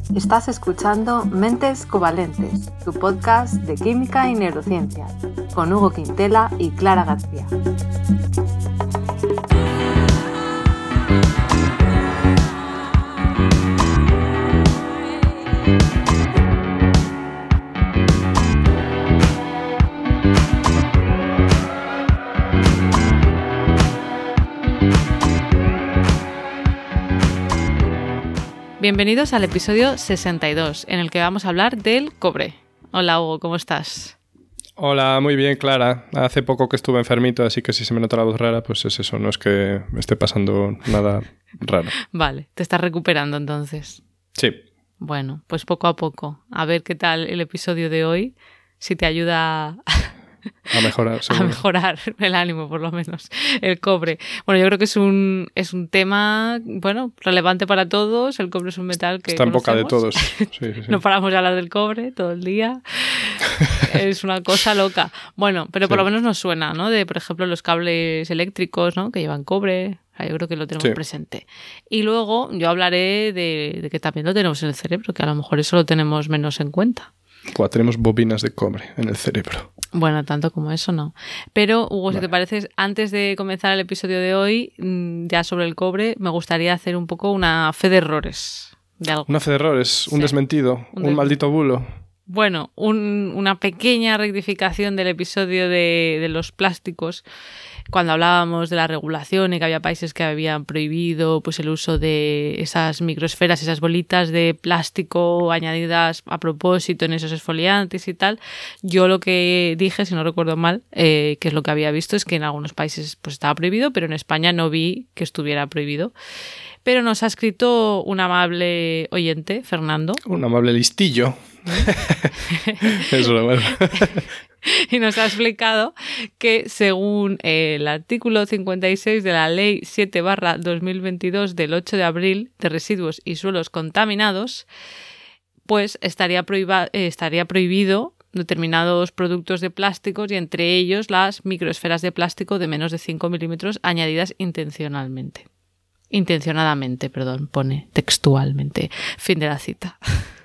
Estás escuchando Mentes Covalentes, tu podcast de química y neurociencias, con Hugo Quintela y Clara García. Bienvenidos al episodio 62, en el que vamos a hablar del cobre. Hola Hugo, ¿cómo estás? Hola, muy bien, Clara. Hace poco que estuve enfermito, así que si se me nota la voz rara, pues es eso, no es que me esté pasando nada raro. Vale, te estás recuperando entonces. Sí. Bueno, pues poco a poco. A ver qué tal el episodio de hoy, si te ayuda a mejorar, seguro. A mejorar el ánimo, por lo menos, el cobre. Bueno, yo creo que es un tema, bueno, relevante para todos. El cobre es un metal que está en boca de conocemos. todos. Sí. No paramos de hablar del cobre todo el día. Es una cosa loca. Bueno, pero por lo menos nos suena, ¿no? De, por ejemplo, los cables eléctricos, ¿no? Que llevan cobre. Yo creo que lo tenemos presente. Y luego yo hablaré de que también lo tenemos en el cerebro, que a lo mejor eso lo tenemos menos en cuenta. Tenemos bobinas de cobre en el cerebro. Bueno, tanto como eso no. Pero, Hugo, vale. Si te parece, antes de comenzar el episodio de hoy, ya sobre el cobre, me gustaría hacer un poco una fe de errores. De algo. ¿Una fe de errores? ¿Un desmentido? ¿Un maldito bulo? Bueno, una pequeña rectificación del episodio de los plásticos, cuando hablábamos de la regulación y que había países que habían prohibido pues el uso de esas microesferas, esas bolitas de plástico añadidas a propósito en esos exfoliantes y tal. Yo lo que dije, si no recuerdo mal, que es lo que había visto, es que en algunos países pues estaba prohibido, pero en España no vi que estuviera prohibido. Pero nos ha escrito un amable oyente, Fernando. Un amable listillo. Eso lo bueno. Y nos ha explicado que según el artículo 56 de la Ley 7/2022 del 8 de abril de residuos y suelos contaminados, pues estaría prohibido determinados productos de plásticos y entre ellos las microesferas de plástico de menos de 5 milímetros añadidas intencionadamente, pone textualmente. Fin de la cita.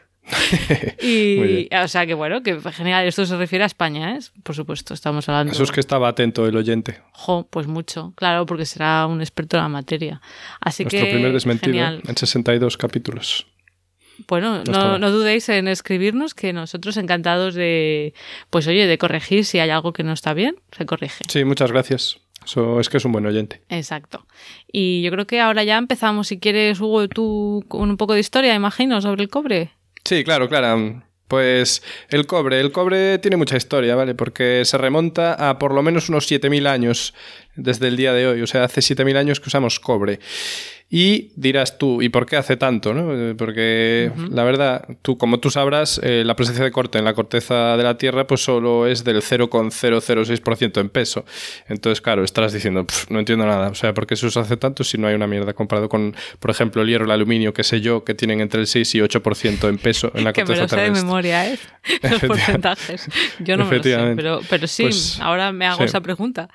Y o sea que bueno, que en general esto se refiere a España, ¿eh? Por supuesto, estamos hablando. Eso es que estaba atento el oyente. Pues mucho, claro, porque será un experto en la materia. Así Nuestro primer desmentido genial. En 62 capítulos. Bueno, no dudéis en escribirnos, que nosotros encantados de, pues oye, de corregir si hay algo que no está bien, se corrige. Sí, muchas gracias. Eso es que es un buen oyente. Exacto. Y yo creo que ahora ya empezamos, si quieres, Hugo, tú con un poco de historia, imagino, sobre el cobre. Sí, claro. Pues el cobre tiene mucha historia, ¿vale? Porque se remonta a por lo menos unos 7.000 años desde el día de hoy. O sea, hace 7.000 años que usamos cobre. Y dirás tú, ¿y por qué hace tanto, no? Porque la verdad, como tú sabrás, la presencia de corte en la corteza de la Tierra pues solo es del 0,006% en peso. Entonces, claro, estarás diciendo, no entiendo nada. O sea, ¿por qué se usa hace tanto si no hay una mierda comparado con, por ejemplo, el hierro, el aluminio, qué sé yo, que tienen entre el 6 y 8% en peso en la corteza terrestre? Que me lo sé de memoria, ¿eh? Los porcentajes. Yo no me lo sé, pero sí, pues, ahora me hago esa pregunta.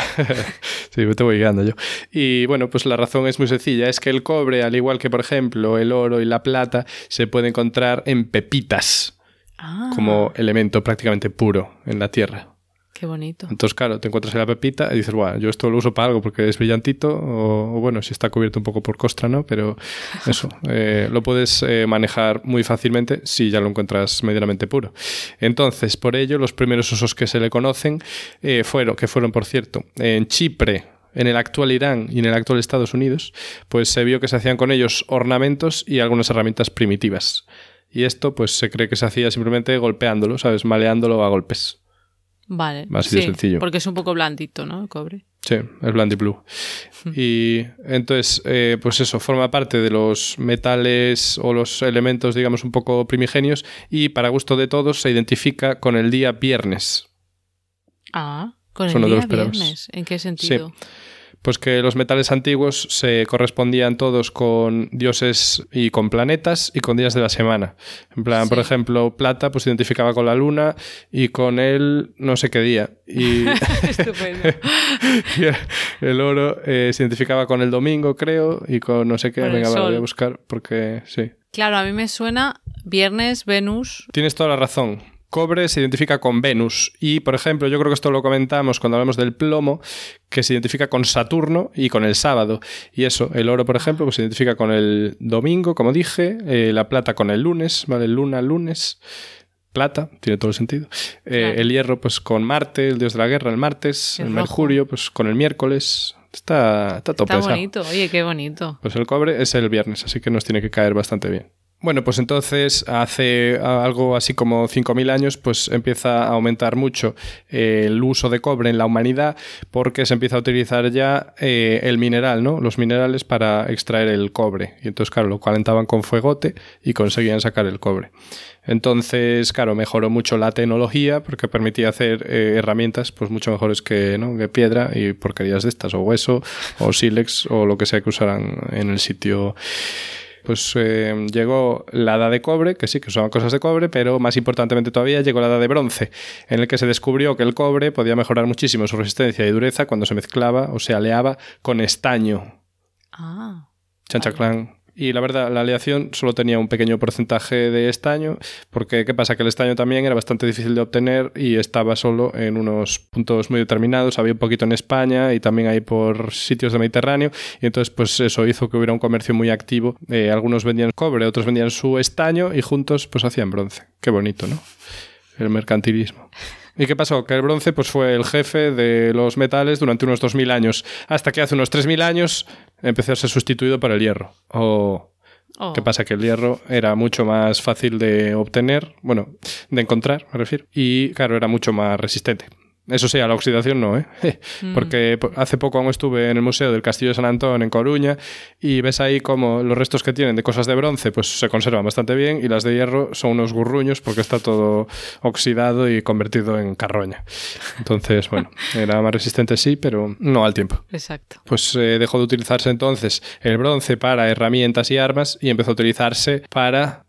Sí, me te voy guiando yo. Y bueno, pues la razón es muy sencilla. Es que el cobre, al igual que, por ejemplo, el oro y la plata, se puede encontrar en pepitas como elemento prácticamente puro en la Tierra. Qué bonito. Entonces, claro, te encuentras en la pepita y dices, bueno, yo esto lo uso para algo porque es brillantito o bueno, si está cubierto un poco por costra, ¿no? Pero eso, lo puedes manejar muy fácilmente si ya lo encuentras medianamente puro. Entonces, por ello, los primeros usos que se le conocen fueron, por cierto, en Chipre, en el actual Irán y en el actual Estados Unidos, pues se vio que se hacían con ellos ornamentos y algunas herramientas primitivas. Y esto, pues se cree que se hacía simplemente golpeándolo, ¿sabes? Maleándolo a golpes. Vale, así de sencillo. Porque es un poco blandito, ¿no? El cobre. Sí, es blandiblue. Y entonces, pues eso, forma parte de los metales o los elementos, digamos, un poco primigenios y para gusto de todos se identifica con el día viernes. Con el día viernes. ¿En qué sentido? Sí. Pues que los metales antiguos se correspondían todos con dioses y con planetas y con días de la semana. En plan, por ejemplo, plata pues se identificaba con la luna y con el no sé qué día. Y estupendo. Y el oro se identificaba con el domingo, creo, y con no sé qué. Con venga, el sol. Voy a buscar porque sí. Claro, a mí me suena Viernes, Venus. Tienes toda la razón. Cobre se identifica con Venus y, por ejemplo, yo creo que esto lo comentamos cuando hablamos del plomo, que se identifica con Saturno y con el sábado. Y eso, el oro, por ejemplo, pues se identifica con el domingo, como dije, la plata con el lunes, ¿vale? Luna, lunes, plata, tiene todo el sentido. Claro. El hierro, pues con Marte, el dios de la guerra, el martes. El Mercurio, pues con el miércoles. Está todo Está pensado. bonito, oye, qué bonito. Pues el cobre es el viernes, así que nos tiene que caer bastante bien. Bueno, pues entonces hace algo así como 5.000 años pues empieza a aumentar mucho el uso de cobre en la humanidad porque se empieza a utilizar ya el mineral, ¿no? Los minerales para extraer el cobre. Y entonces, claro, lo calentaban con fuegote y conseguían sacar el cobre. Entonces, claro, mejoró mucho la tecnología porque permitía hacer herramientas pues mucho mejores que piedra y porquerías de estas, o hueso, o sílex, o lo que sea que usaran en el sitio. Pues llegó la edad de cobre, que sí, que usaban cosas de cobre, pero más importantemente todavía llegó la edad de bronce, en el que se descubrió que el cobre podía mejorar muchísimo su resistencia y dureza cuando se mezclaba o se aleaba con estaño. Ah. Chanchaclán. Y la verdad, la aleación solo tenía un pequeño porcentaje de estaño, porque ¿qué pasa? Que el estaño también era bastante difícil de obtener y estaba solo en unos puntos muy determinados. Había un poquito en España y también hay por sitios del Mediterráneo. Y entonces, pues eso hizo que hubiera un comercio muy activo. Algunos vendían cobre, otros vendían su estaño y juntos pues hacían bronce. Qué bonito, ¿no? El mercantilismo. ¿Y qué pasó? Que el bronce pues, fue el jefe de los metales durante unos 2.000 años, hasta que hace unos 3.000 años empezó a ser sustituido por el hierro. ¿Qué pasa? Que el hierro era mucho más fácil de obtener, bueno, de encontrar, me refiero, y claro, era mucho más resistente. Eso sí, a la oxidación no, ¿eh? Porque hace poco aún estuve en el Museo del Castillo de San Antón en Coruña y ves ahí como los restos que tienen de cosas de bronce pues se conservan bastante bien y las de hierro son unos gurruños porque está todo oxidado y convertido en carroña. Entonces, bueno, era más resistente sí, pero no al tiempo. Exacto. Pues dejó de utilizarse entonces el bronce para herramientas y armas y empezó a utilizarse para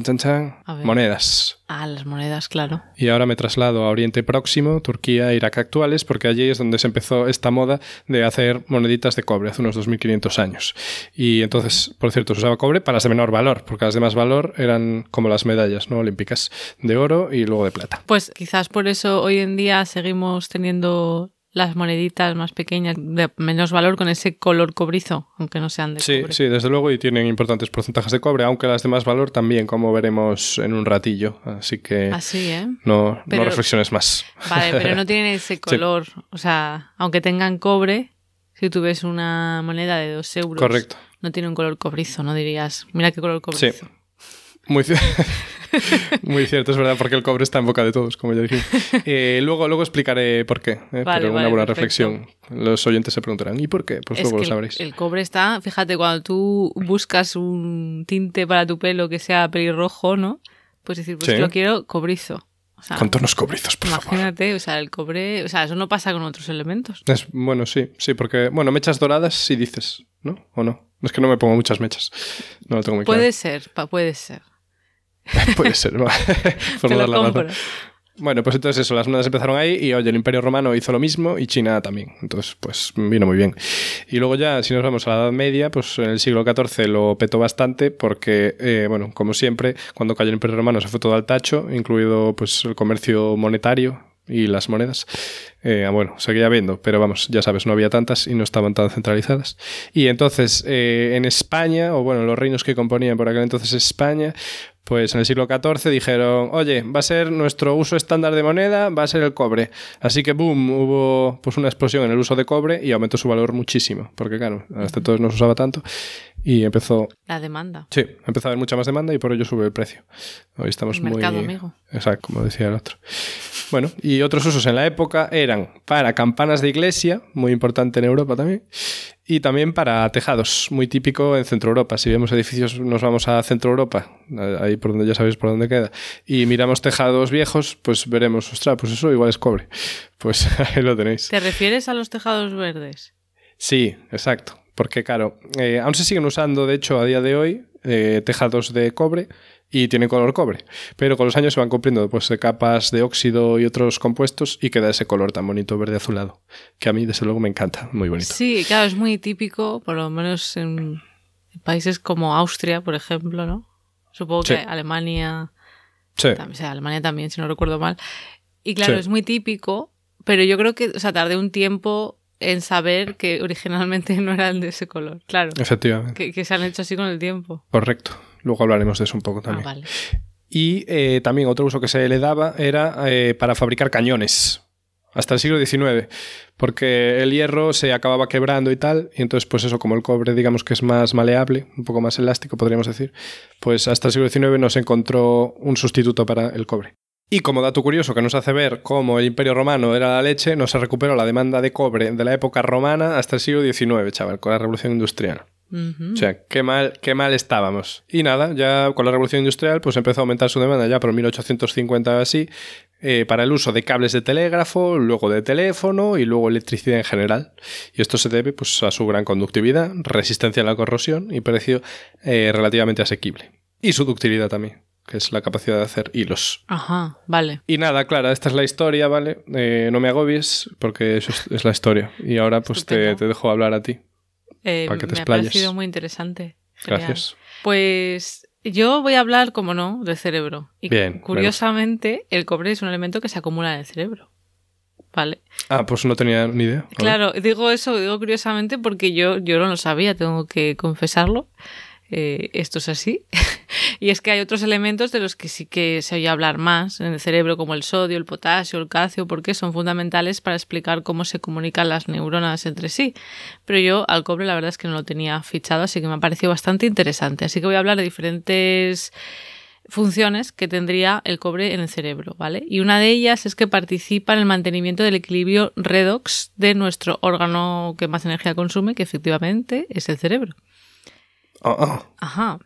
monedas. Ah, las monedas, claro. Y ahora me traslado a Oriente Próximo, Turquía e Irak actuales, porque allí es donde se empezó esta moda de hacer moneditas de cobre hace unos 2.500 años. Y entonces, por cierto, se usaba cobre para las de menor valor, porque las de más valor eran como las medallas, ¿no? Olímpicas, de oro y luego de plata. Pues quizás por eso hoy en día seguimos teniendo las moneditas más pequeñas de menos valor con ese color cobrizo, aunque no sean de cobre. Sí, desde luego, y tienen importantes porcentajes de cobre, aunque las de más valor también, como veremos en un ratillo. Así que no reflexiones más. Vale, pero no tienen ese color. Sí. O sea, aunque tengan cobre, si tú ves una moneda de 2 euros, correcto, no tiene un color cobrizo, no dirías, mira qué color cobrizo. Sí. Muy cierto, es verdad, porque el cobre está en boca de todos, como ya dije. Luego explicaré por qué, pero una buena reflexión. Los oyentes se preguntarán, ¿y por qué? Pues luego lo sabréis. El cobre está, fíjate, cuando tú buscas un tinte para tu pelo que sea pelirrojo, ¿no? Pues decir, pues lo quiero cobrizo. O sea, con tonos cobrizos, por imagínate, favor. O sea, el cobre, o sea, eso no pasa con otros elementos. Bueno, sí, porque, bueno, mechas doradas sí dices, ¿no? ¿O no? Es que no me pongo muchas mechas. No lo tengo muy claro. Puede ser. Puede ser, ¿no? Por te no lo dar la compro. razón. Bueno, pues entonces eso, las monedas empezaron ahí y oye, el Imperio Romano hizo lo mismo y China también. Entonces, pues vino muy bien. Y luego ya, si nos vamos a la Edad Media, pues en el siglo XIV lo petó bastante porque, bueno, como siempre, cuando cayó el Imperio Romano se fue todo al tacho, incluido pues el comercio monetario y las monedas. Bueno, seguía habiendo, pero vamos, ya sabes, no había tantas y no estaban tan centralizadas. Y entonces, en España, o bueno, los reinos que componían por aquel entonces España, pues en el siglo XIV dijeron, oye, va a ser nuestro uso estándar de moneda, va a ser el cobre. Así que, boom, hubo pues una explosión en el uso de cobre y aumentó su valor muchísimo, porque claro, hasta entonces no se usaba tanto y empezó... La demanda. Sí, empezó a haber mucha más demanda y por ello sube el precio. Hoy estamos el mercado, amigo. Exacto, como decía el otro. Bueno, y otros usos en la época eran para campanas de iglesia, muy importante en Europa también, y también para tejados, muy típico en Centro Europa. Si vemos edificios, nos vamos a Centro Europa, ahí por donde ya sabéis por dónde queda, y miramos tejados viejos, pues veremos, ostras, pues eso igual es cobre. Pues ahí lo tenéis. ¿Te refieres a los tejados verdes? Sí, exacto. Porque claro, aún se siguen usando, de hecho, a día de hoy, tejados de cobre y tienen color cobre. Pero con los años se van cumpliendo pues, capas de óxido y otros compuestos y queda ese color tan bonito verde azulado, que a mí desde luego me encanta, muy bonito. Sí, claro, es muy típico, por lo menos en países como Austria, por ejemplo, ¿no? Supongo Sí. que Alemania... Sí. O sea, Alemania también, si no recuerdo mal. Y claro, Sí. es muy típico, pero yo creo que, o sea, tardé un tiempo en saber que originalmente no eran de ese color. Claro, Efectivamente. que se han hecho así con el tiempo. Correcto. Luego hablaremos de eso un poco Ah, también. vale. Y también otro uso que se le daba era para fabricar cañones. Hasta el siglo XIX, porque el hierro se acababa quebrando y tal, y entonces pues eso, como el cobre digamos que es más maleable, un poco más elástico podríamos decir, pues hasta el siglo XIX no se encontró un sustituto para el cobre. Y como dato curioso que nos hace ver cómo el Imperio Romano era la leche, no se recuperó la demanda de cobre de la época romana hasta el siglo XIX, chaval, con la Revolución Industrial. Ujú. O sea, qué mal estábamos. Y nada, ya con la Revolución Industrial pues empezó a aumentar su demanda ya por 1850 así, para el uso de cables de telégrafo, luego de teléfono y luego electricidad en general. Y esto se debe pues, a su gran conductividad, resistencia a la corrosión y precio relativamente asequible. Y su ductilidad también, que es la capacidad de hacer hilos. Ajá, vale. Y nada, Clara, esta es la historia, ¿vale? No me agobies porque eso es la historia. Y ahora pues te Estupendo. dejo hablar a ti. Para que te Me ha explayes. parecido muy interesante. Genial. Gracias. Pues yo voy a hablar, como no, del cerebro. Y Bien, curiosamente, el cobre es un elemento que se acumula en el cerebro. ¿Vale? Ah, pues no tenía ni idea. Claro, digo curiosamente porque yo no lo sabía, tengo que confesarlo. Esto es así. Y es que hay otros elementos de los que sí que se oye hablar más en el cerebro, como el sodio, el potasio, el calcio, porque son fundamentales para explicar cómo se comunican las neuronas entre sí. Pero yo al cobre la verdad es que no lo tenía fichado, así que me ha parecido bastante interesante. Así que voy a hablar de diferentes funciones que tendría el cobre en el cerebro, ¿vale? Y una de ellas es que participa en el mantenimiento del equilibrio redox de nuestro órgano que más energía consume, que efectivamente es el cerebro. Ajá.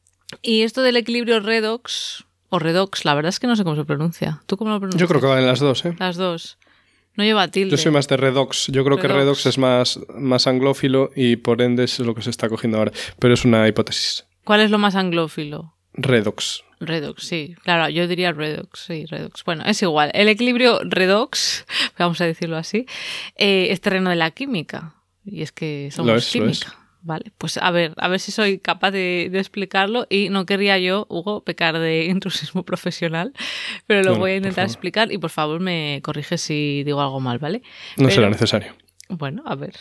Y esto del equilibrio redox, o redox, la verdad es que no sé cómo se pronuncia. ¿Tú cómo lo pronuncias? Yo creo que valen las dos, ¿eh? Las dos. No lleva tilde. Yo soy más de redox. Yo creo que redox es más anglófilo y por ende es lo que se está cogiendo ahora. Pero es una hipótesis. ¿Cuál es lo más anglófilo? Redox. Redox, sí. Claro, yo diría redox, sí, redox. Bueno, es igual. El equilibrio redox, vamos a decirlo así, es terreno de la química. Y es que somos química. Vale, pues a ver si soy capaz de explicarlo y no querría yo, Hugo, pecar de intrusismo profesional, pero lo voy a intentar explicar y por favor me corrige si digo algo mal, ¿vale? No será necesario. Bueno, a ver.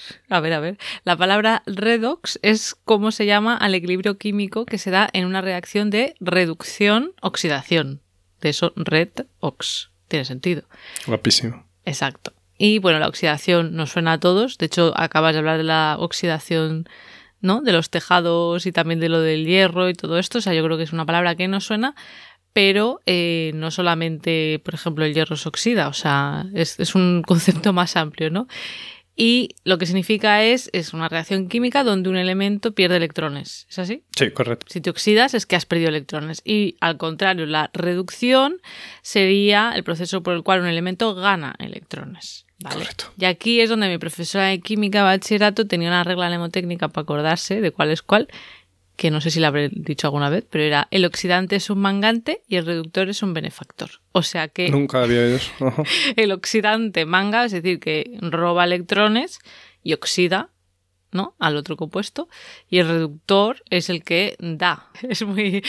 La palabra redox es como se llama al equilibrio químico que se da en una reacción de reducción-oxidación. De eso, redox. Tiene sentido. Guapísimo. Exacto. Y bueno, la oxidación nos suena a todos. De hecho, acabas de hablar de la oxidación, ¿no? De los tejados y también de lo del hierro y todo esto. O sea, yo creo que es una palabra que nos suena, pero no solamente, por ejemplo, el hierro se oxida. O sea, es un concepto más amplio, ¿no? Y lo que significa es una reacción química donde un elemento pierde electrones. ¿Es así? Sí, correcto. Si te oxidas es que has perdido electrones. Y al contrario, la reducción sería el proceso por el cual un elemento gana electrones. ¿Vale? Correcto. Y aquí es donde mi profesora de química de bachillerato tenía una regla mnemotécnica para acordarse de cuál es cuál, que no sé si la habré dicho alguna vez, pero era el oxidante es un mangante y el reductor es un benefactor. O sea que nunca había oído eso. Ajá. El oxidante manga, es decir, que roba electrones y oxida, ¿no?, al otro compuesto, y el reductor es el que da. Es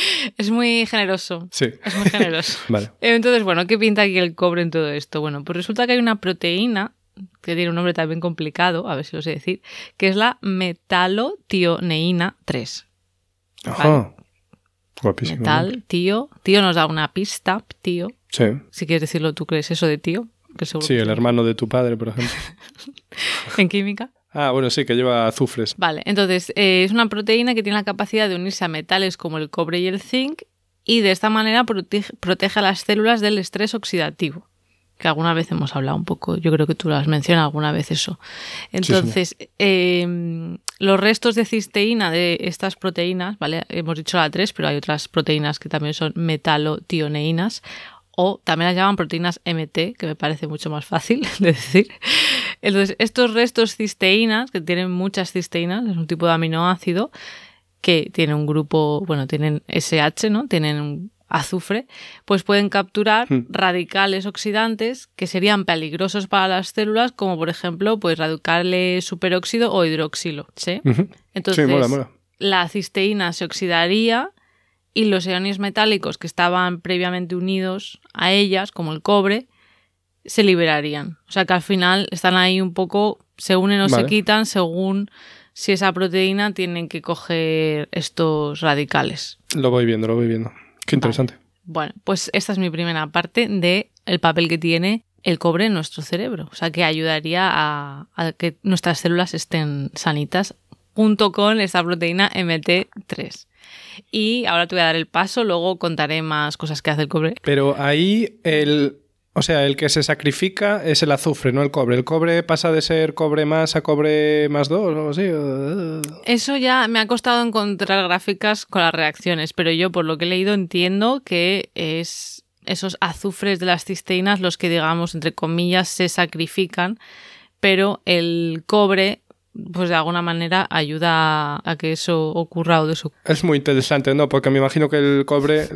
muy generoso. Sí. Es muy generoso. Vale. Entonces, bueno, ¿qué pinta aquí el cobre en todo esto? Bueno, pues resulta que hay una proteína que tiene un nombre también complicado, a ver si lo sé decir, que es la metalotioneína 3. Ajá. ¿Vale? Guapísimo. Metal, tío nos da una pista, tío. Sí. Si quieres decirlo, ¿tú crees eso de tío? Que seguro Sí, que el hermano de tu padre, por ejemplo. en química. Ah, bueno, sí, que lleva azufres. Vale, entonces es una proteína que tiene la capacidad de unirse a metales como el cobre y el zinc y de esta manera protege a las células del estrés oxidativo, que alguna vez hemos hablado un poco, yo creo que tú lo has mencionado alguna vez eso. Entonces, los restos de cisteína de estas proteínas, ¿vale? Hemos dicho la 3, pero hay otras proteínas que también son metalotioneínas, o también las llaman proteínas MT, que me parece mucho más fácil de decir. Entonces, estos restos cisteínas, que tienen muchas cisteínas, es un tipo de aminoácido que tiene un grupo, bueno, tienen SH, ¿no? Tienen un azufre, pues pueden capturar radicales oxidantes que serían peligrosos para las células, como por ejemplo, pues radicales superóxido o hidroxilo, ¿sí? Uh-huh. Entonces, sí, mola. la cisteína se oxidaría y los iones metálicos que estaban previamente unidos a ellas, como el cobre, se liberarían. O sea que al final están ahí un poco, se unen o se quitan según si esa proteína tiene que coger estos radicales. Lo voy viendo. Qué interesante. Vale. Bueno, pues esta es mi primera parte de el papel que tiene el cobre en nuestro cerebro. O sea que ayudaría a que nuestras células estén sanitas junto con esta proteína MT3. Y ahora te voy a dar el paso, luego contaré más cosas que hace el cobre. Pero ahí el que se sacrifica es el azufre, no el cobre. ¿El cobre pasa de ser cobre más a cobre más 2 o algo así? Eso ya me ha costado encontrar gráficas con las reacciones, pero yo por lo que he leído entiendo que es esos azufres de las cisteínas los que, digamos, entre comillas, se sacrifican, pero el cobre, pues de alguna manera ayuda a que eso ocurra o desocurra. Es muy interesante, ¿no? Porque me imagino que el cobre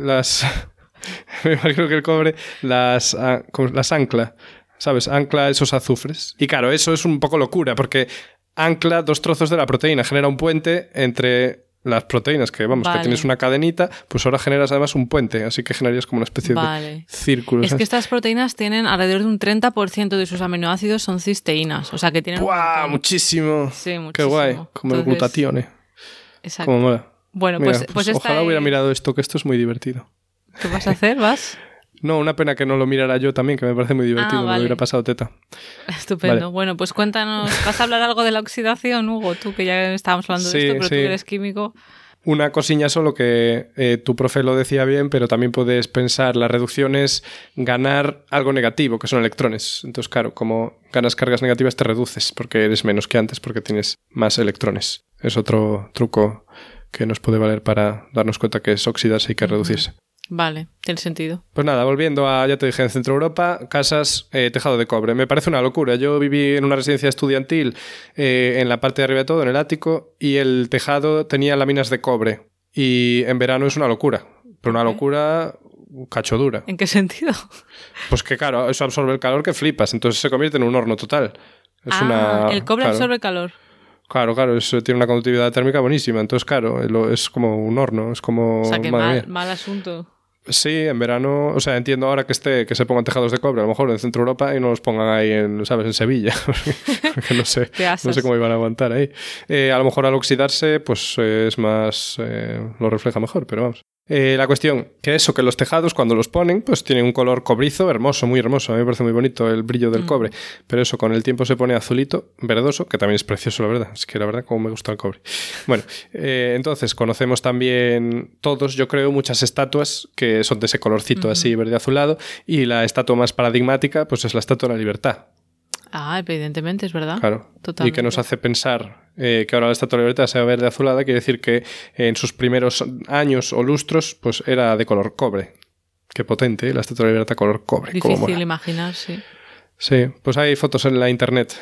las ancla, ¿sabes? Ancla esos azufres. Y claro, eso es un poco locura, porque ancla 2 trozos de la proteína, genera un puente entre las proteínas, que vamos, que tienes una cadenita, pues ahora generas además un puente, así que generarías como una especie de círculo. Es que estas proteínas tienen alrededor de un 30% de sus aminoácidos son cisteínas, o sea que tienen... ¡Guau! Muchísimo. Sí, muchísimo. Qué guay, como el glutatión. Exacto. Como mola. Bueno, mira, pues esta ojalá hubiera mirado esto, que esto es muy divertido. ¿Qué vas a hacer? ¿Vas? No, una pena que no lo mirara yo también, que me parece muy divertido, me lo hubiera pasado teta. Estupendo. Vale. Bueno, pues cuéntanos, ¿vas a hablar algo de la oxidación, Hugo? Tú, que ya estábamos hablando de esto, pero tú eres químico. Una cosilla solo que tu profe lo decía bien, pero también puedes pensar, la reducción es ganar algo negativo, que son electrones. Entonces, claro, como ganas cargas negativas te reduces, porque eres menos que antes, porque tienes más electrones. Es otro truco que nos puede valer para darnos cuenta que es oxidarse y que reducirse. Vale, tiene sentido. Pues nada, volviendo a, ya te dije, en Centro Europa, casas, tejado de cobre. Me parece una locura. Yo viví en una residencia estudiantil en la parte de arriba de todo, en el ático, y el tejado tenía láminas de cobre. Y en verano es una locura, pero una locura cachodura. ¿En qué sentido? Pues que claro, eso absorbe el calor que flipas, entonces se convierte en un horno total. Es el cobre absorbe calor. Claro, eso tiene una conductividad térmica buenísima. Entonces, claro, es como un horno, es como... O sea, que mal asunto. Sí, en verano, o sea, entiendo ahora que se pongan tejados de cobre, a lo mejor en Centro Europa, y no los pongan ahí en Sevilla, porque no sé cómo iban a aguantar ahí. A lo mejor al oxidarse, pues es más, lo refleja mejor, pero vamos. La cuestión, que los tejados cuando los ponen, pues tienen un color cobrizo hermoso, muy hermoso. A mí me parece muy bonito el brillo del cobre, pero eso con el tiempo se pone azulito, verdoso, que también es precioso, la verdad. Es que la verdad, como me gusta el cobre. Bueno, entonces conocemos también todos, yo creo, muchas estatuas que son de ese colorcito así verde azulado, y la estatua más paradigmática, pues es la Estatua de la Libertad. Ah, evidentemente, es verdad. Claro. Totalmente. Y que nos hace pensar que ahora la Estatua de la Libertad sea verde azulada, quiere decir que en sus primeros años o lustros pues era de color cobre. Qué potente, ¿eh? La Estatua de la Libertad color cobre. Difícil imaginar, sí. Sí, pues hay fotos en la internet.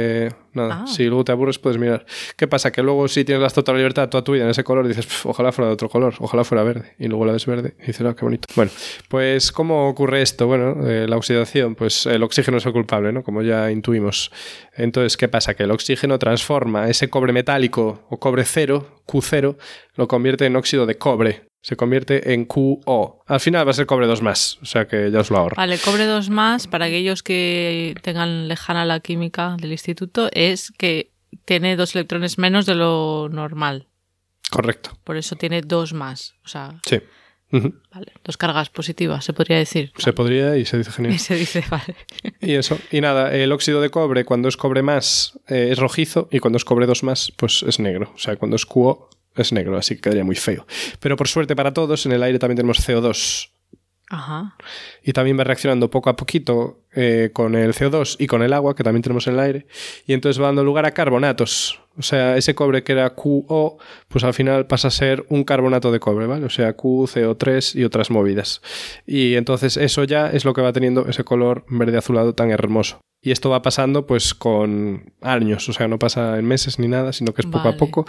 Si luego te aburres puedes mirar. ¿Qué pasa? Que luego si tienes la Estatua de la Libertad toda tu vida en ese color, dices, ojalá fuera de otro color, ojalá fuera verde. Y luego la ves verde y dices, qué bonito. Bueno, pues ¿cómo ocurre esto? Bueno, la oxidación, pues el oxígeno es el culpable, ¿no? Como ya intuimos. Entonces, ¿qué pasa? Que el oxígeno transforma ese cobre metálico o cobre cero, Q0, lo convierte en óxido de cobre. Se convierte en QO. Al final va a ser cobre 2+, o sea que ya os lo ahorro. Vale, cobre 2+, para aquellos que tengan lejana la química del instituto, es que tiene 2 electrones menos de lo normal. Correcto. Por eso tiene 2+. O sea, sí. Vale, 2 cargas positivas, se podría decir. Se podría y se dice genial. Y se dice, vale. Y eso. Y nada, el óxido de cobre cuando es cobre más es rojizo y cuando es cobre 2+, pues es negro. O sea, cuando es QO es negro, así que quedaría muy feo. Pero por suerte para todos, en el aire también tenemos CO2. Ajá. Y también va reaccionando poco a poquito con el CO2 y con el agua, que también tenemos en el aire. Y entonces va dando lugar a carbonatos. O sea, ese cobre que era QO, pues al final pasa a ser un carbonato de cobre, ¿vale? O sea, QCO3 y otras movidas. Y entonces eso ya es lo que va teniendo ese color verde azulado tan hermoso. Y esto va pasando pues con años. O sea, no pasa en meses ni nada, sino que es poco a poco.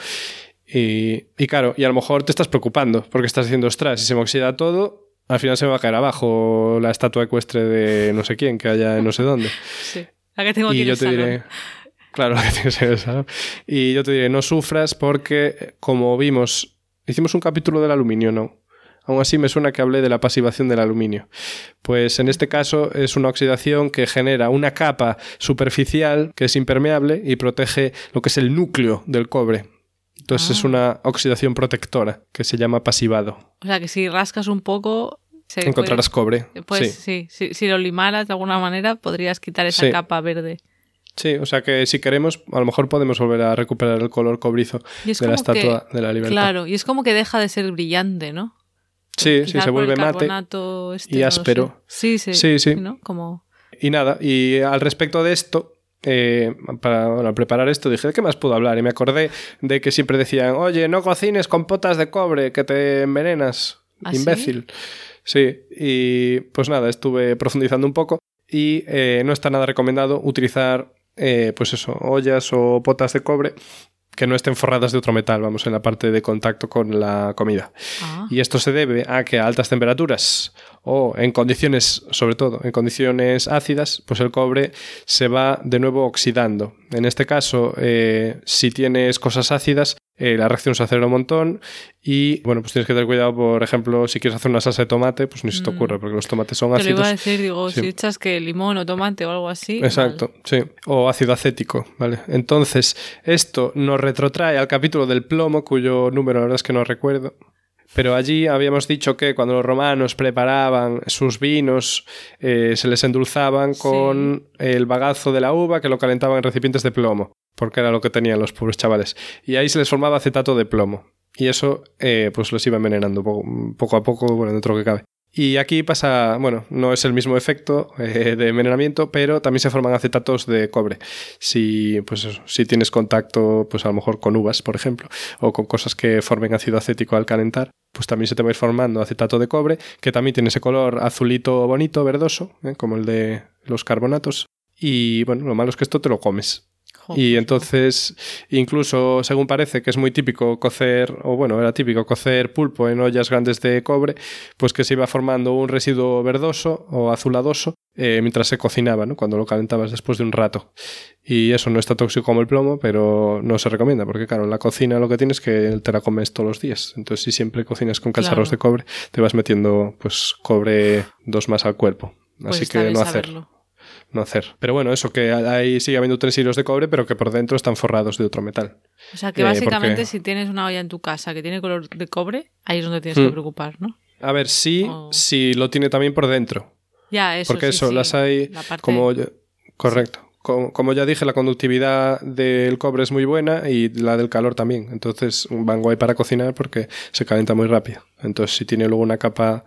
Y claro, y a lo mejor te estás preocupando porque estás diciendo, ostras, si se me oxida todo, al final se me va a caer abajo la estatua ecuestre de no sé quién que haya en no sé dónde. Sí, la que tengo aquí en el salón. Diré, claro, la que tienes en el salón. Y yo te diré, no sufras porque, como vimos, hicimos un capítulo del aluminio, ¿no? Aún así me suena que hablé de la pasivación del aluminio. Pues en este caso es una oxidación que genera una capa superficial que es impermeable y protege lo que es el núcleo del cobre. Entonces es una oxidación protectora que se llama pasivado. O sea que si rascas un poco... encontrarás cobre. Pues sí. Si lo limaras de alguna manera podrías quitar esa capa verde. Sí, o sea que si queremos, a lo mejor podemos volver a recuperar el color cobrizo de la Estatua de la Libertad. Claro, y es como que deja de ser brillante, ¿no? Sí, se vuelve mate y áspero. No sé. Sí. ¿No? Y nada, y al respecto de esto, para preparar esto dije, ¿de qué más puedo hablar? Y me acordé de que siempre decían, oye, no cocines con potas de cobre, que te envenenas, imbécil. Sí, y pues nada, estuve profundizando un poco y no está nada recomendado utilizar pues eso, ollas o potas de cobre que no estén forradas de otro metal, vamos, en la parte de contacto con la comida. Y esto se debe a que a altas temperaturas o en condiciones, sobre todo, en condiciones ácidas, pues el cobre se va de nuevo oxidando. En este caso, si tienes cosas ácidas, la reacción se acelera un montón y, bueno, pues tienes que tener cuidado, por ejemplo, si quieres hacer una salsa de tomate, pues ni se te ocurre, porque los tomates son ácidos. Te lo iba a decir, si echas que limón o tomate o algo así. Exacto, sí. O ácido acético, ¿vale? Entonces, esto nos retrotrae al capítulo del plomo, cuyo número la verdad es que no recuerdo. Pero allí habíamos dicho que cuando los romanos preparaban sus vinos, se les endulzaban con el bagazo de la uva, que lo calentaban en recipientes de plomo, porque era lo que tenían los pobres chavales. Y ahí se les formaba acetato de plomo. Y eso pues los iba envenenando poco a poco, bueno, dentro de lo que cabe. Y aquí pasa, bueno, no es el mismo efecto de envenenamiento, pero también se forman acetatos de cobre. Si tienes contacto, pues a lo mejor con uvas, por ejemplo, o con cosas que formen ácido acético al calentar, pues también se te va a ir formando acetato de cobre, que también tiene ese color azulito bonito, verdoso, como el de los carbonatos. Y bueno, lo malo es que esto te lo comes. Y entonces, incluso según parece que es muy típico cocer, o bueno, era típico cocer pulpo en ollas grandes de cobre, pues que se iba formando un residuo verdoso o azuladoso mientras se cocinaba, ¿no? Cuando lo calentabas después de un rato. Y eso no está tóxico como el plomo, pero no se recomienda, porque claro, en la cocina lo que tienes es que te la comes todos los días. Entonces, si siempre cocinas con cacharros de cobre, te vas metiendo pues cobre 2 más al cuerpo. Pues así que no hacerlo. No hacer. Pero bueno, eso, que ahí sigue habiendo utensilios de cobre, pero que por dentro están forrados de otro metal. O sea, que básicamente si tienes una olla en tu casa que tiene color de cobre, ahí es donde tienes que preocupar, ¿no? A ver, sí, si lo tiene también por dentro. Ya, eso. Porque las hay como... Correcto. Como ya dije, la conductividad del cobre es muy buena y la del calor también. Entonces van guay para cocinar porque se calienta muy rápido. Entonces si tiene luego una capa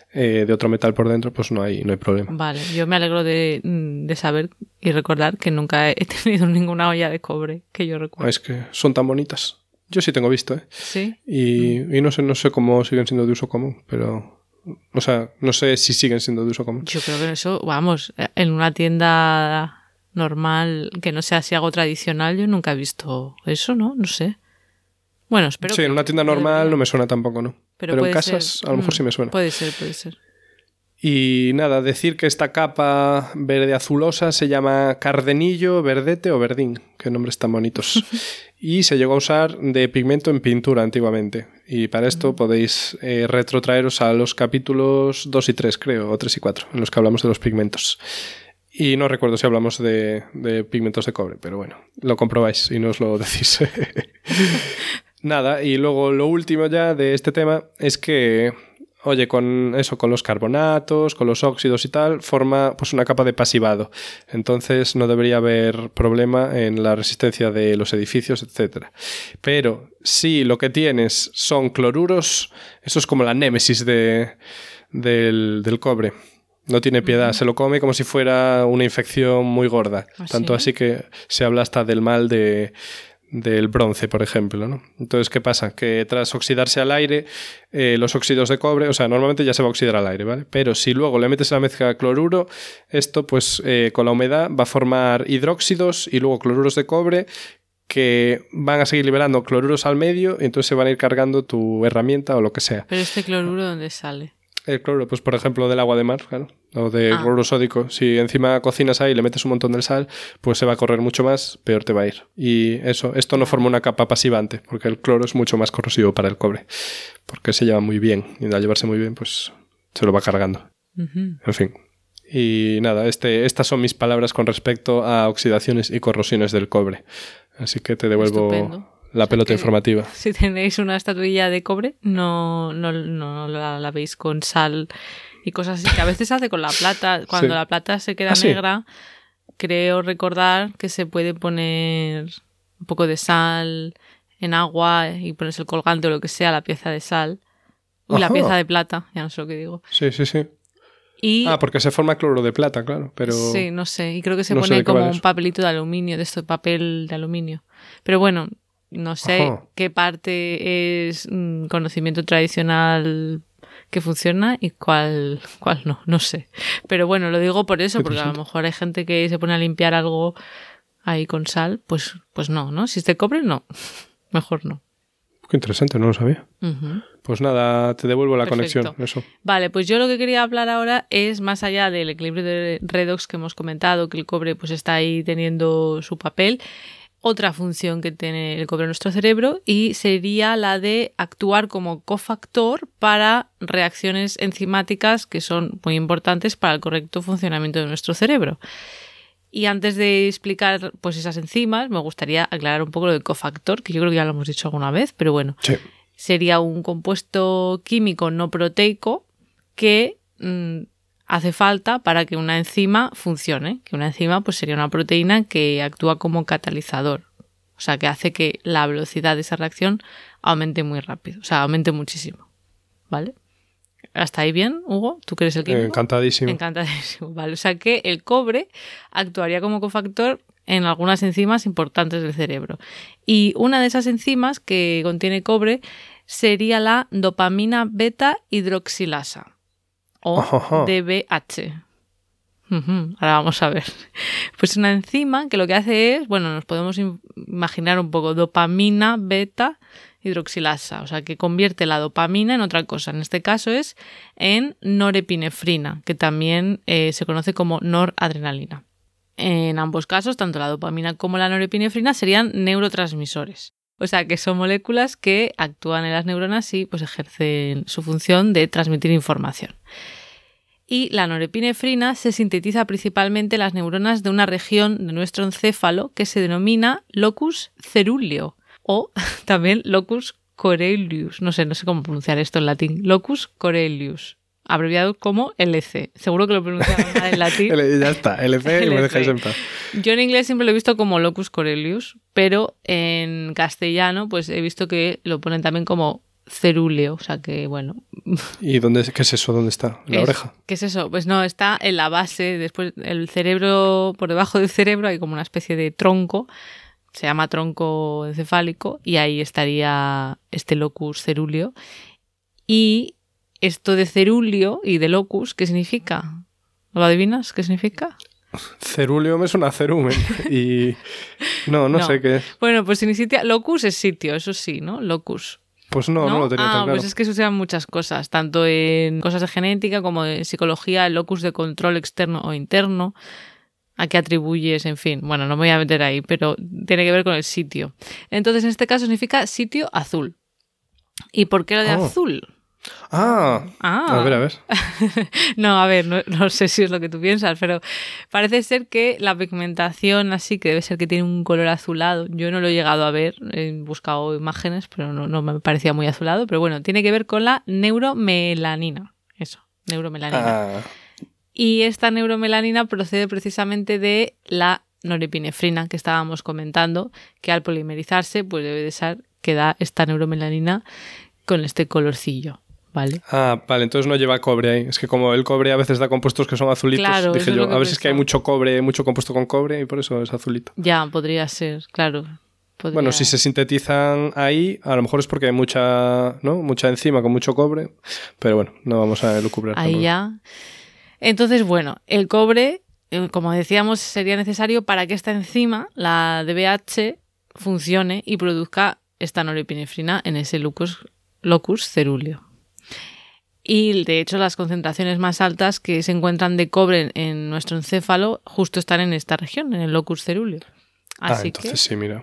de otro metal por dentro, pues no hay problema. Vale, yo me alegro de saber y recordar que nunca he tenido ninguna olla de cobre que yo recuerdo. Es que son tan bonitas. Yo sí tengo visto, ¿eh? Sí. Y no sé cómo siguen siendo de uso común, pero... O sea, no sé si siguen siendo de uso común. Yo creo que eso, vamos, en una tienda normal, que no sea así algo tradicional, yo nunca he visto eso, ¿no? No sé. Bueno, espero que... Sí, en una tienda normal no me suena tampoco, ¿no? Pero en casas ser. A lo mejor sí me suena. Puede ser. Y nada, decir que esta capa verde azulosa se llama cardenillo, verdete o verdín. Qué nombres tan bonitos. Y se llegó a usar de pigmento en pintura antiguamente. Y para esto podéis retrotraeros a los capítulos 2 y 3, creo, o 3 y 4, en los que hablamos de los pigmentos. Y no recuerdo si hablamos de pigmentos de cobre, pero bueno, lo comprobáis y no os lo decís. Nada, y luego lo último ya de este tema es que, oye, con los carbonatos, con los óxidos y tal, forma pues una capa de pasivado. Entonces no debería haber problema en la resistencia de los edificios, etcétera. Pero si lo que tienes son cloruros, eso es como la némesis del cobre. No tiene piedad, se lo come como si fuera una infección muy gorda. Tanto así que se habla hasta del mal del bronce, por ejemplo, ¿no? Entonces, ¿qué pasa? Que tras oxidarse al aire, los óxidos de cobre, o sea, normalmente ya se va a oxidar al aire, ¿vale? Pero si luego le metes la mezcla de cloruro, esto pues con la humedad va a formar hidróxidos y luego cloruros de cobre que van a seguir liberando cloruros al medio y entonces se van a ir cargando tu herramienta o lo que sea. ¿Pero este cloruro dónde sale? El cloro, pues por ejemplo del agua de mar, claro, o de cloro sódico. Si encima cocinas ahí y le metes un montón de sal, pues se va a correr mucho más, peor te va a ir. Y esto no forma una capa pasivante, porque el cloro es mucho más corrosivo para el cobre, porque se lleva muy bien, y al llevarse muy bien, pues se lo va cargando. En fin. Y nada, estas son mis palabras con respecto a oxidaciones y corrosiones del cobre. Así que te devuelvo... Estupendo. La pelota informativa. Si tenéis una estatuilla de cobre, no la lavéis con sal y cosas así, que a veces se hace con la plata. Cuando la plata se queda negra, creo recordar que se puede poner un poco de sal en agua y pones el colgante o lo que sea, la pieza de sal. Uy, la pieza de plata, ya no sé lo que digo. Sí. Porque se forma cloro de plata, claro. Pero sí, no sé. Y creo que se pone como un papelito de aluminio, de esto, papel de aluminio. Pero bueno... No sé qué parte es conocimiento tradicional que funciona y cuál no sé. Pero bueno, lo digo por eso, porque a lo mejor hay gente que se pone a limpiar algo ahí con sal, pues no. Si es de cobre, no. Mejor no. Qué interesante, no lo sabía. Pues nada, te devuelvo la Perfecto. conexión. Eso. Vale, pues yo lo que quería hablar ahora es más allá del equilibrio de redox que hemos comentado, que el cobre pues está ahí teniendo su papel. Otra función que tiene el cobre en nuestro cerebro y sería la de actuar como cofactor para reacciones enzimáticas que son muy importantes para el correcto funcionamiento de nuestro cerebro. Y antes de explicar pues esas enzimas, me gustaría aclarar un poco lo del cofactor, que yo creo que ya lo hemos dicho alguna vez, pero bueno, sería un compuesto químico no proteico que hace falta para que una enzima funcione, que una enzima pues sería una proteína que actúa como catalizador, o sea, que hace que la velocidad de esa reacción aumente muy rápido, o sea, aumente muchísimo, ¿vale? ¿Hasta ahí bien, Hugo? ¿Tú que eres el químico? Encantadísimo. Encantadísimo, vale, o sea que el cobre actuaría como cofactor en algunas enzimas importantes del cerebro. Y una de esas enzimas que contiene cobre sería la dopamina beta hidroxilasa. O DBH. Ahora vamos a ver. Pues una enzima que lo que hace es, bueno, nos podemos imaginar un poco dopamina beta hidroxilasa, o sea, que convierte la dopamina en otra cosa. En este caso es en norepinefrina, que también se conoce como noradrenalina. En ambos casos, tanto la dopamina como la norepinefrina serían neurotransmisores. O sea, que son moléculas que actúan en las neuronas y pues ejercen su función de transmitir información. Y la norepinefrina se sintetiza principalmente en las neuronas de una región de nuestro encéfalo que se denomina locus ceruleo o también locus coeruleus. No sé cómo pronunciar esto en latín. Locus coeruleus, abreviado como LC. Seguro que lo pronuncian mal en latín. Ya está, LC y me dejáis en paz. Yo en inglés siempre lo he visto como locus coeruleus, pero en castellano pues he visto que lo ponen también como cerúleo, o sea que bueno. ¿Y qué es eso? ¿Dónde está? ¿En la oreja? ¿Qué es eso? Pues no, está en la base, después el cerebro, por debajo del cerebro hay como una especie de tronco, se llama tronco encefálico y ahí estaría este locus cerúleo. Y esto de cerúleo y de locus, ¿qué significa? ¿Lo adivinas? ¿Qué significa? Cerúleo me suena a cerumen y no sé qué es. Bueno, pues significa locus es sitio, eso sí, ¿no? Locus. Pues no lo tenía tan claro. Pues es que se usan muchas cosas, tanto en cosas de genética como de psicología, el locus de control externo o interno, a qué atribuyes, en fin. Bueno, no me voy a meter ahí, pero tiene que ver con el sitio. Entonces, en este caso significa sitio azul. ¿Y por qué lo de azul? A ver. No, a ver, no sé si es lo que tú piensas, pero parece ser que la pigmentación así, que debe ser que tiene un color azulado, yo no lo he llegado a ver, he buscado imágenes, pero no me parecía muy azulado, pero bueno, tiene que ver con la neuromelanina, eso, neuromelanina. Y esta neuromelanina procede precisamente de la norepinefrina que estábamos comentando, que al polimerizarse pues debe de ser que da esta neuromelanina con este colorcillo. ¿Vale? Vale, entonces no lleva cobre ahí. Es que como el cobre a veces da compuestos que son azulitos, claro, dije yo, a ver si es que hay mucho cobre, mucho compuesto con cobre y por eso es azulito. Ya, podría ser, claro. Bueno, si se sintetizan ahí, a lo mejor es porque hay mucha enzima con mucho cobre, pero bueno, no vamos a elucubrar. Ahí ya. Entonces, bueno, el cobre, como decíamos, sería necesario para que esta enzima, la DBH, funcione y produzca esta norepinefrina en ese locus cerúleo. Y de hecho las concentraciones más altas que se encuentran de cobre en nuestro encéfalo justo están en esta región, en el locus cerúleo. Así entonces que, sí, mira.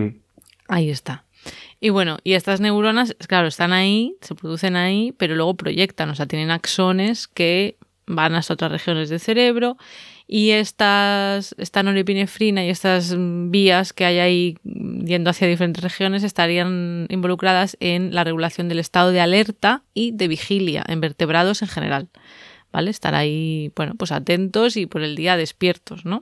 Ahí está. Y bueno, y estas neuronas, claro, están ahí, se producen ahí, pero luego proyectan, o sea, tienen axones que van a otras regiones del cerebro y esta norepinefrina y estas vías que hay ahí yendo hacia diferentes regiones estarían involucradas en la regulación del estado de alerta y de vigilia en vertebrados en general, ¿vale? Estar ahí, bueno, pues atentos y por el día despiertos, ¿no?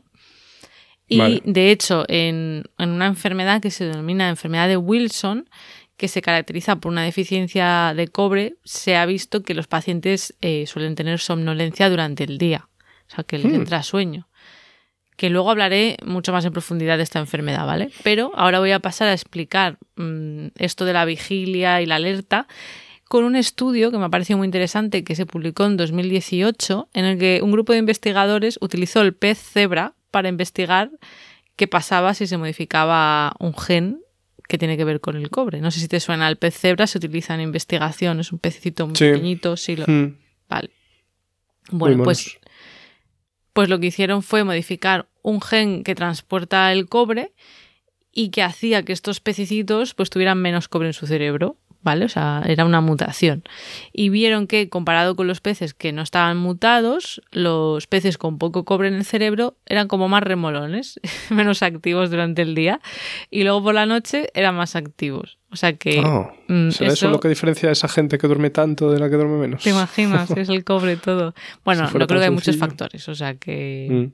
Y vale. De hecho, en una enfermedad que se denomina enfermedad de Wilson, que se caracteriza por una deficiencia de cobre, se ha visto que los pacientes suelen tener somnolencia durante el día, o sea, que les entra sueño. Que luego hablaré mucho más en profundidad de esta enfermedad, ¿vale? Pero ahora voy a pasar a explicar esto de la vigilia y la alerta con un estudio que me ha parecido muy interesante que se publicó en 2018, en el que un grupo de investigadores utilizó el pez cebra para investigar qué pasaba si se modificaba un gen que tiene que ver con el cobre. No sé si te suena, el pez cebra se utiliza en investigación, es un pececito muy pequeñito. Sí, Vale. Bueno, pues lo que hicieron fue modificar un gen que transporta el cobre y que hacía que estos pececitos pues tuvieran menos cobre en su cerebro, ¿vale? O sea, era una mutación. Y vieron que, comparado con los peces que no estaban mutados, los peces con poco cobre en el cerebro eran como más remolones, menos activos durante el día, y luego por la noche eran más activos. O sea que... ¿será eso lo que diferencia a esa gente que duerme tanto de la que duerme menos? ¿Te imaginas? Es el cobre todo. Bueno, yo creo que hay muchos factores, o sea que...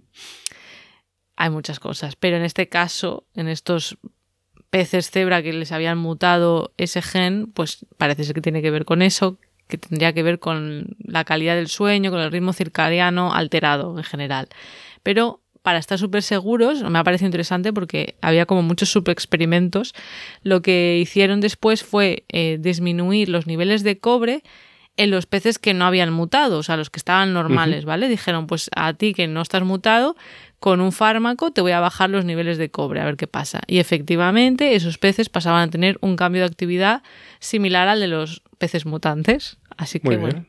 Hay muchas cosas, pero en este caso, en estos peces cebra que les habían mutado ese gen, pues parece ser que tiene que ver con eso, que tendría que ver con la calidad del sueño, con el ritmo circadiano alterado en general. Pero para estar súper seguros, me ha parecido interesante porque había como muchos subexperimentos, lo que hicieron después fue disminuir los niveles de cobre en los peces que no habían mutado, o sea, los que estaban normales, ¿vale? Dijeron, pues a ti que no estás mutado, con un fármaco te voy a bajar los niveles de cobre, a ver qué pasa. Y efectivamente, esos peces pasaban a tener un cambio de actividad similar al de los peces mutantes. Así que, bueno.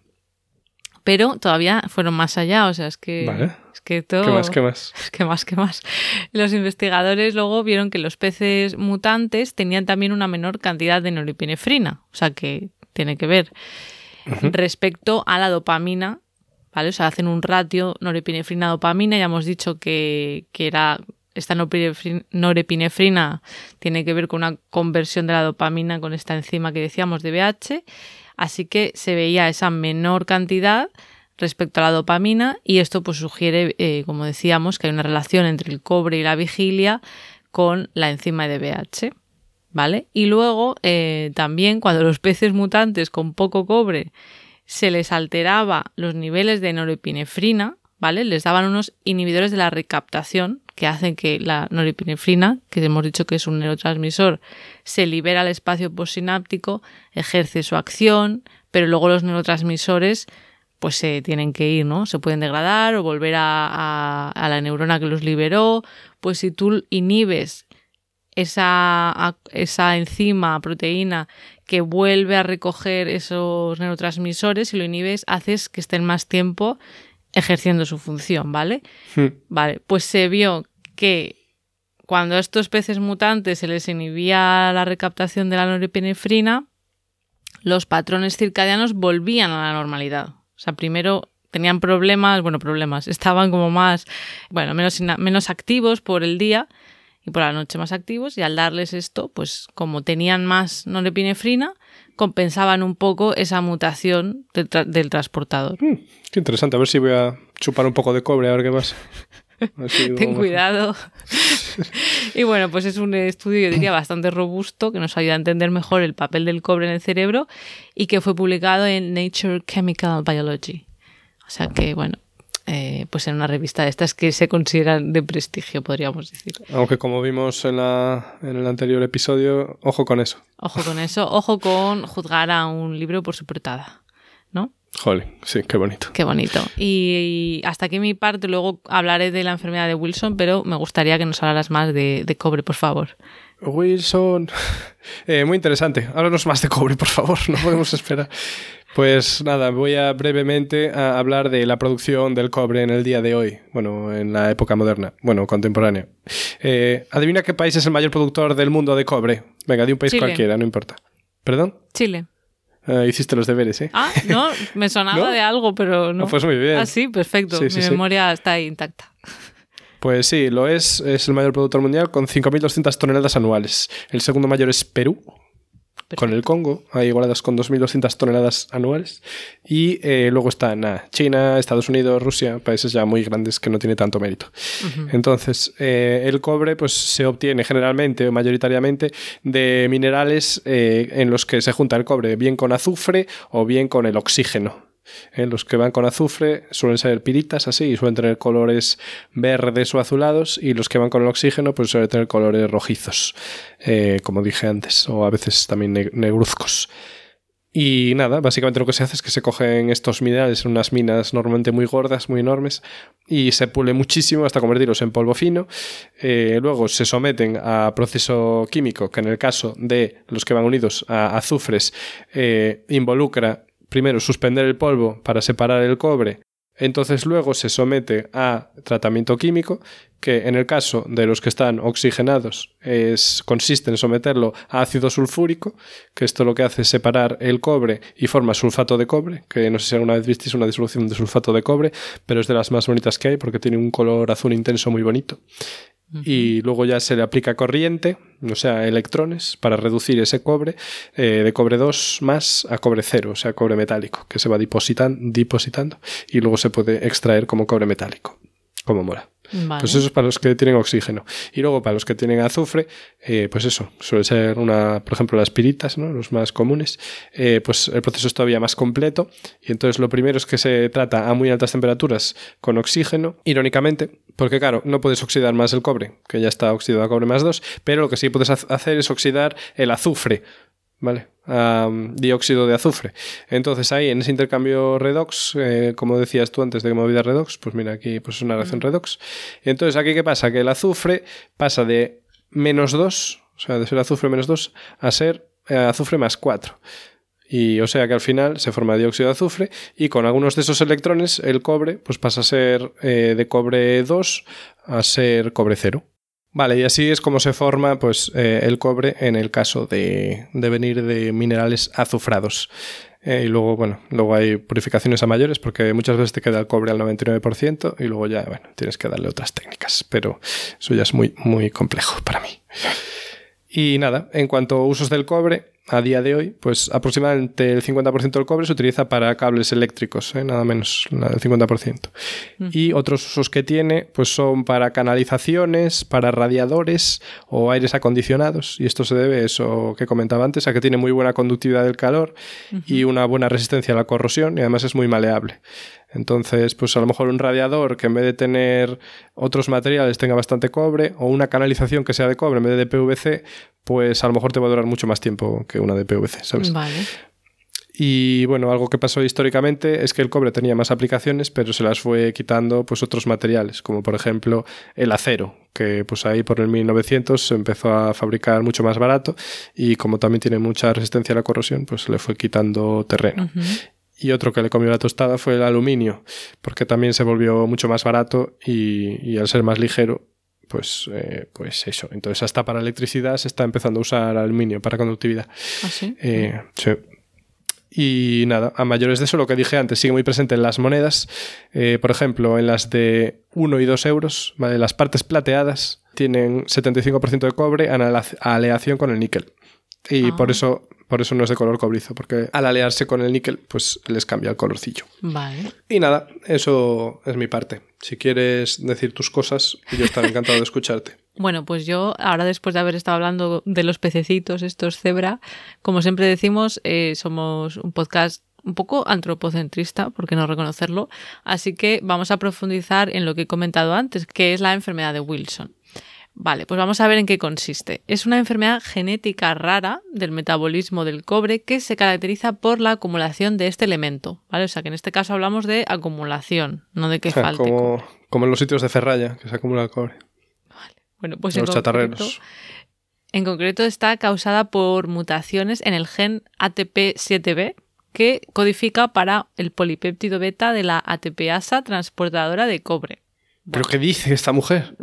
Pero todavía fueron más allá, o sea, es que... Vale. Es que todo... ¿Qué más? ¿Qué más? Los investigadores luego vieron que los peces mutantes tenían también una menor cantidad de norepinefrina, o sea, que tiene que ver respecto a la dopamina, ¿vale? O sea, hacen un ratio norepinefrina-dopamina. Ya hemos dicho que era esta norepinefrina tiene que ver con una conversión de la dopamina con esta enzima que decíamos de BH. Así que se veía esa menor cantidad respecto a la dopamina y esto pues sugiere, como decíamos, que hay una relación entre el cobre y la vigilia con la enzima de BH. ¿Vale? Y luego también cuando los peces mutantes con poco cobre se les alteraba los niveles de norepinefrina, ¿vale? Les daban unos inhibidores de la recaptación que hacen que la norepinefrina, que hemos dicho que es un neurotransmisor, se libera al espacio postsináptico, ejerce su acción, pero luego los neurotransmisores pues se tienen que ir, ¿no? Se pueden degradar o volver a la neurona que los liberó. Pues si tú inhibes esa enzima, proteína, que vuelve a recoger esos neurotransmisores y lo inhibes, haces que estén más tiempo ejerciendo su función, ¿vale? Vale, pues se vio que cuando a estos peces mutantes se les inhibía la recaptación de la norepinefrina, los patrones circadianos volvían a la normalidad. O sea, primero tenían problemas, estaban como menos activos por el día y por la noche más activos, y al darles esto, pues como tenían más norepinefrina, compensaban un poco esa mutación del transportador. Qué interesante, a ver si voy a chupar un poco de cobre, a ver qué pasa. Ten cuidado. Y bueno, pues es un estudio, yo diría, bastante robusto, que nos ayuda a entender mejor el papel del cobre en el cerebro y que fue publicado en Nature Chemical Biology. O sea que, bueno, pues en una revista de estas que se consideran de prestigio, podríamos decir. Aunque como vimos en el anterior episodio, ojo con eso. Ojo con juzgar a un libro por su portada, ¿no? Jolín, sí, qué bonito. Qué bonito. Y hasta aquí mi parte, luego hablaré de la enfermedad de Wilson, pero me gustaría que nos hablaras más de cobre, por favor. Wilson. Muy interesante. Háblanos más de cobre, por favor, no podemos esperar. Pues nada, voy a brevemente a hablar de la producción del cobre en el día de hoy, bueno, en la época moderna, bueno, contemporánea. Adivina qué país es el mayor productor del mundo de cobre. Venga, de un país Chile. cualquiera, no importa. ¿Perdón? Chile. Hiciste los deberes, ¿eh? Ah, no, me sonaba ¿No? de algo, pero no. Pues muy bien. Ah, sí, perfecto. Sí, sí, Mi sí. memoria está ahí intacta. Pues sí, lo es el mayor productor mundial con 5.200 toneladas anuales. El segundo mayor es Perú, con el Congo, ahí igualadas con 2.200 toneladas anuales. Y luego están China, Estados Unidos, Rusia, países ya muy grandes que no tiene tanto mérito. Uh-huh. Entonces, el cobre pues, se obtiene generalmente o mayoritariamente de minerales en los que se junta el cobre bien con azufre o bien con el oxígeno. Los que van con azufre suelen ser piritas así y suelen tener colores verdes o azulados, y los que van con el oxígeno pues suelen tener colores rojizos, como dije antes, o a veces también negruzcos. Y nada, básicamente lo que se hace es que se cogen estos minerales en unas minas normalmente muy gordas, muy enormes, y se pule muchísimo hasta convertirlos en polvo fino. Luego se someten a proceso químico que en el caso de los que van unidos a azufres involucra primero suspender el polvo para separar el cobre. Entonces luego se somete a tratamiento químico, que en el caso de los que están oxigenados consiste en someterlo a ácido sulfúrico, que esto lo que hace es separar el cobre y forma sulfato de cobre, que no sé si alguna vez visteis una disolución de sulfato de cobre, pero es de las más bonitas que hay porque tiene un color azul intenso muy bonito. Y luego ya se le aplica corriente, o sea, electrones, para reducir ese cobre de cobre 2 más a cobre 0, o sea, cobre metálico, que se va depositando y luego se puede extraer como cobre metálico, como mola. Vale. Pues eso es para los que tienen oxígeno. Y luego para los que tienen azufre, pues eso, suele ser por ejemplo las piritas, ¿no? Los más comunes, pues el proceso es todavía más completo, y entonces lo primero es que se trata a muy altas temperaturas con oxígeno, irónicamente, porque claro, no puedes oxidar más el cobre, que ya está oxidado a cobre más 2, pero lo que sí puedes hacer es oxidar el azufre, ¿vale? Dióxido de azufre. Entonces ahí en ese intercambio redox, como decías tú antes de que me olvidara redox, pues mira, aquí pues es una reacción redox. Y entonces aquí ¿qué pasa? Que el azufre pasa de -2, o sea, de ser azufre -2 a ser azufre +4. Y o sea que al final se forma dióxido de azufre, y con algunos de esos electrones el cobre pues pasa a ser de cobre 2 a ser cobre 0. Vale, y así es como se forma pues, el cobre en el caso de venir de minerales azufrados. Y luego, bueno, luego hay purificaciones a mayores porque muchas veces te queda el cobre al 99% y luego ya, bueno, tienes que darle otras técnicas, pero eso ya es muy, muy complejo para mí. Y nada, en cuanto a usos del cobre, a día de hoy, pues aproximadamente el 50% del cobre se utiliza para cables eléctricos, nada menos, el 50%. Y otros usos que tiene pues son para canalizaciones, para radiadores o aires acondicionados. Y esto se debe a eso que comentaba antes, a que tiene muy buena conductividad del calor y una buena resistencia a la corrosión, y además es muy maleable. Entonces, pues a lo mejor un radiador que en vez de tener otros materiales tenga bastante cobre, o una canalización que sea de cobre en vez de PVC, pues a lo mejor te va a durar mucho más tiempo que una de PVC, ¿sabes? Vale. Y bueno, algo que pasó históricamente es que el cobre tenía más aplicaciones, pero se las fue quitando pues otros materiales, como por ejemplo el acero, que pues ahí por el 1900 se empezó a fabricar mucho más barato, y como también tiene mucha resistencia a la corrosión, pues se le fue quitando terreno. Y otro que le comió la tostada fue el aluminio, porque también se volvió mucho más barato y al ser más ligero, pues eso. Entonces hasta para electricidad se está empezando a usar aluminio para conductividad. ¿Ah, sí? Sí. Y nada, a mayores de eso, lo que dije antes, sigue muy presente en las monedas. Por ejemplo, en las de 1 y 2 euros, ¿vale? Las partes plateadas tienen 75% de cobre en aleación con el níquel. Y por eso no es de color cobrizo, porque al alearse con el níquel, pues les cambia el colorcillo. Vale. Y nada, eso es mi parte. Si quieres decir tus cosas, yo estaré encantado de escucharte. Bueno, pues yo, ahora después de haber estado hablando de los pececitos, estos cebra, como siempre decimos, somos un podcast un poco antropocentrista, por qué no reconocerlo, así que vamos a profundizar en lo que he comentado antes, que es la enfermedad de Wilson. Vale, pues vamos a ver en qué consiste. Es una enfermedad genética rara del metabolismo del cobre que se caracteriza por la acumulación de este elemento, ¿vale? O sea que en este caso hablamos de acumulación, no de que falte. Como en los sitios de ferralla, que se acumula el cobre. Vale. Bueno, pues los chatarreros. En concreto está causada por mutaciones en el gen ATP7B, que codifica para el polipéptido beta de la ATPasa transportadora de cobre. ¿Pero qué dice esta mujer?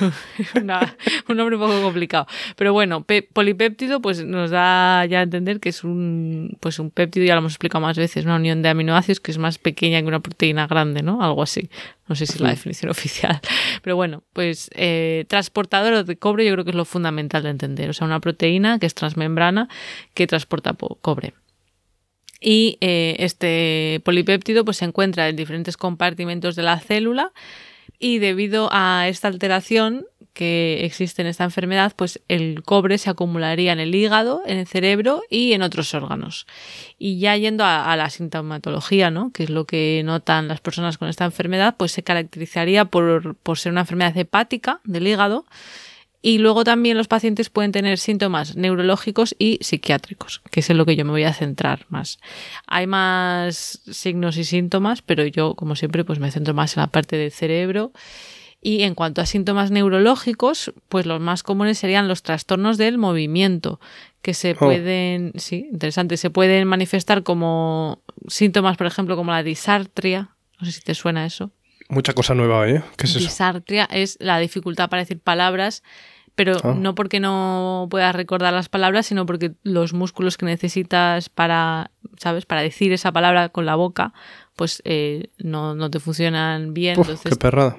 Un nombre un poco complicado. Pero bueno, polipéptido pues nos da ya a entender que es un péptido, ya lo hemos explicado más veces, una unión de aminoácidos que es más pequeña que una proteína grande, ¿no? Algo así. No sé si es la definición oficial. Pero bueno, pues transportador de cobre yo creo que es lo fundamental de entender. O sea, una proteína que es transmembrana que transporta cobre. Y este polipéptido pues se encuentra en diferentes compartimentos de la célula. Y debido a esta alteración que existe en esta enfermedad, pues el cobre se acumularía en el hígado, en el cerebro y en otros órganos. Y ya yendo a la sintomatología, ¿no? Que es lo que notan las personas con esta enfermedad, pues se caracterizaría por ser una enfermedad hepática del hígado. Y luego también los pacientes pueden tener síntomas neurológicos y psiquiátricos, que es en lo que yo me voy a centrar más. Hay más signos y síntomas, pero yo, como siempre, pues me centro más en la parte del cerebro. Y en cuanto a síntomas neurológicos, pues los más comunes serían los trastornos del movimiento, que se pueden, sí, interesante, se pueden manifestar como síntomas, por ejemplo, como la disartria. No sé si te suena eso. Mucha cosa nueva hoy, ¿eh? ¿Qué es eso? Disartria es la dificultad para decir palabras, pero no porque no puedas recordar las palabras, sino porque los músculos que necesitas para, ¿sabes? Para decir esa palabra con la boca, pues no te funcionan bien. Entonces, ¡qué perrada!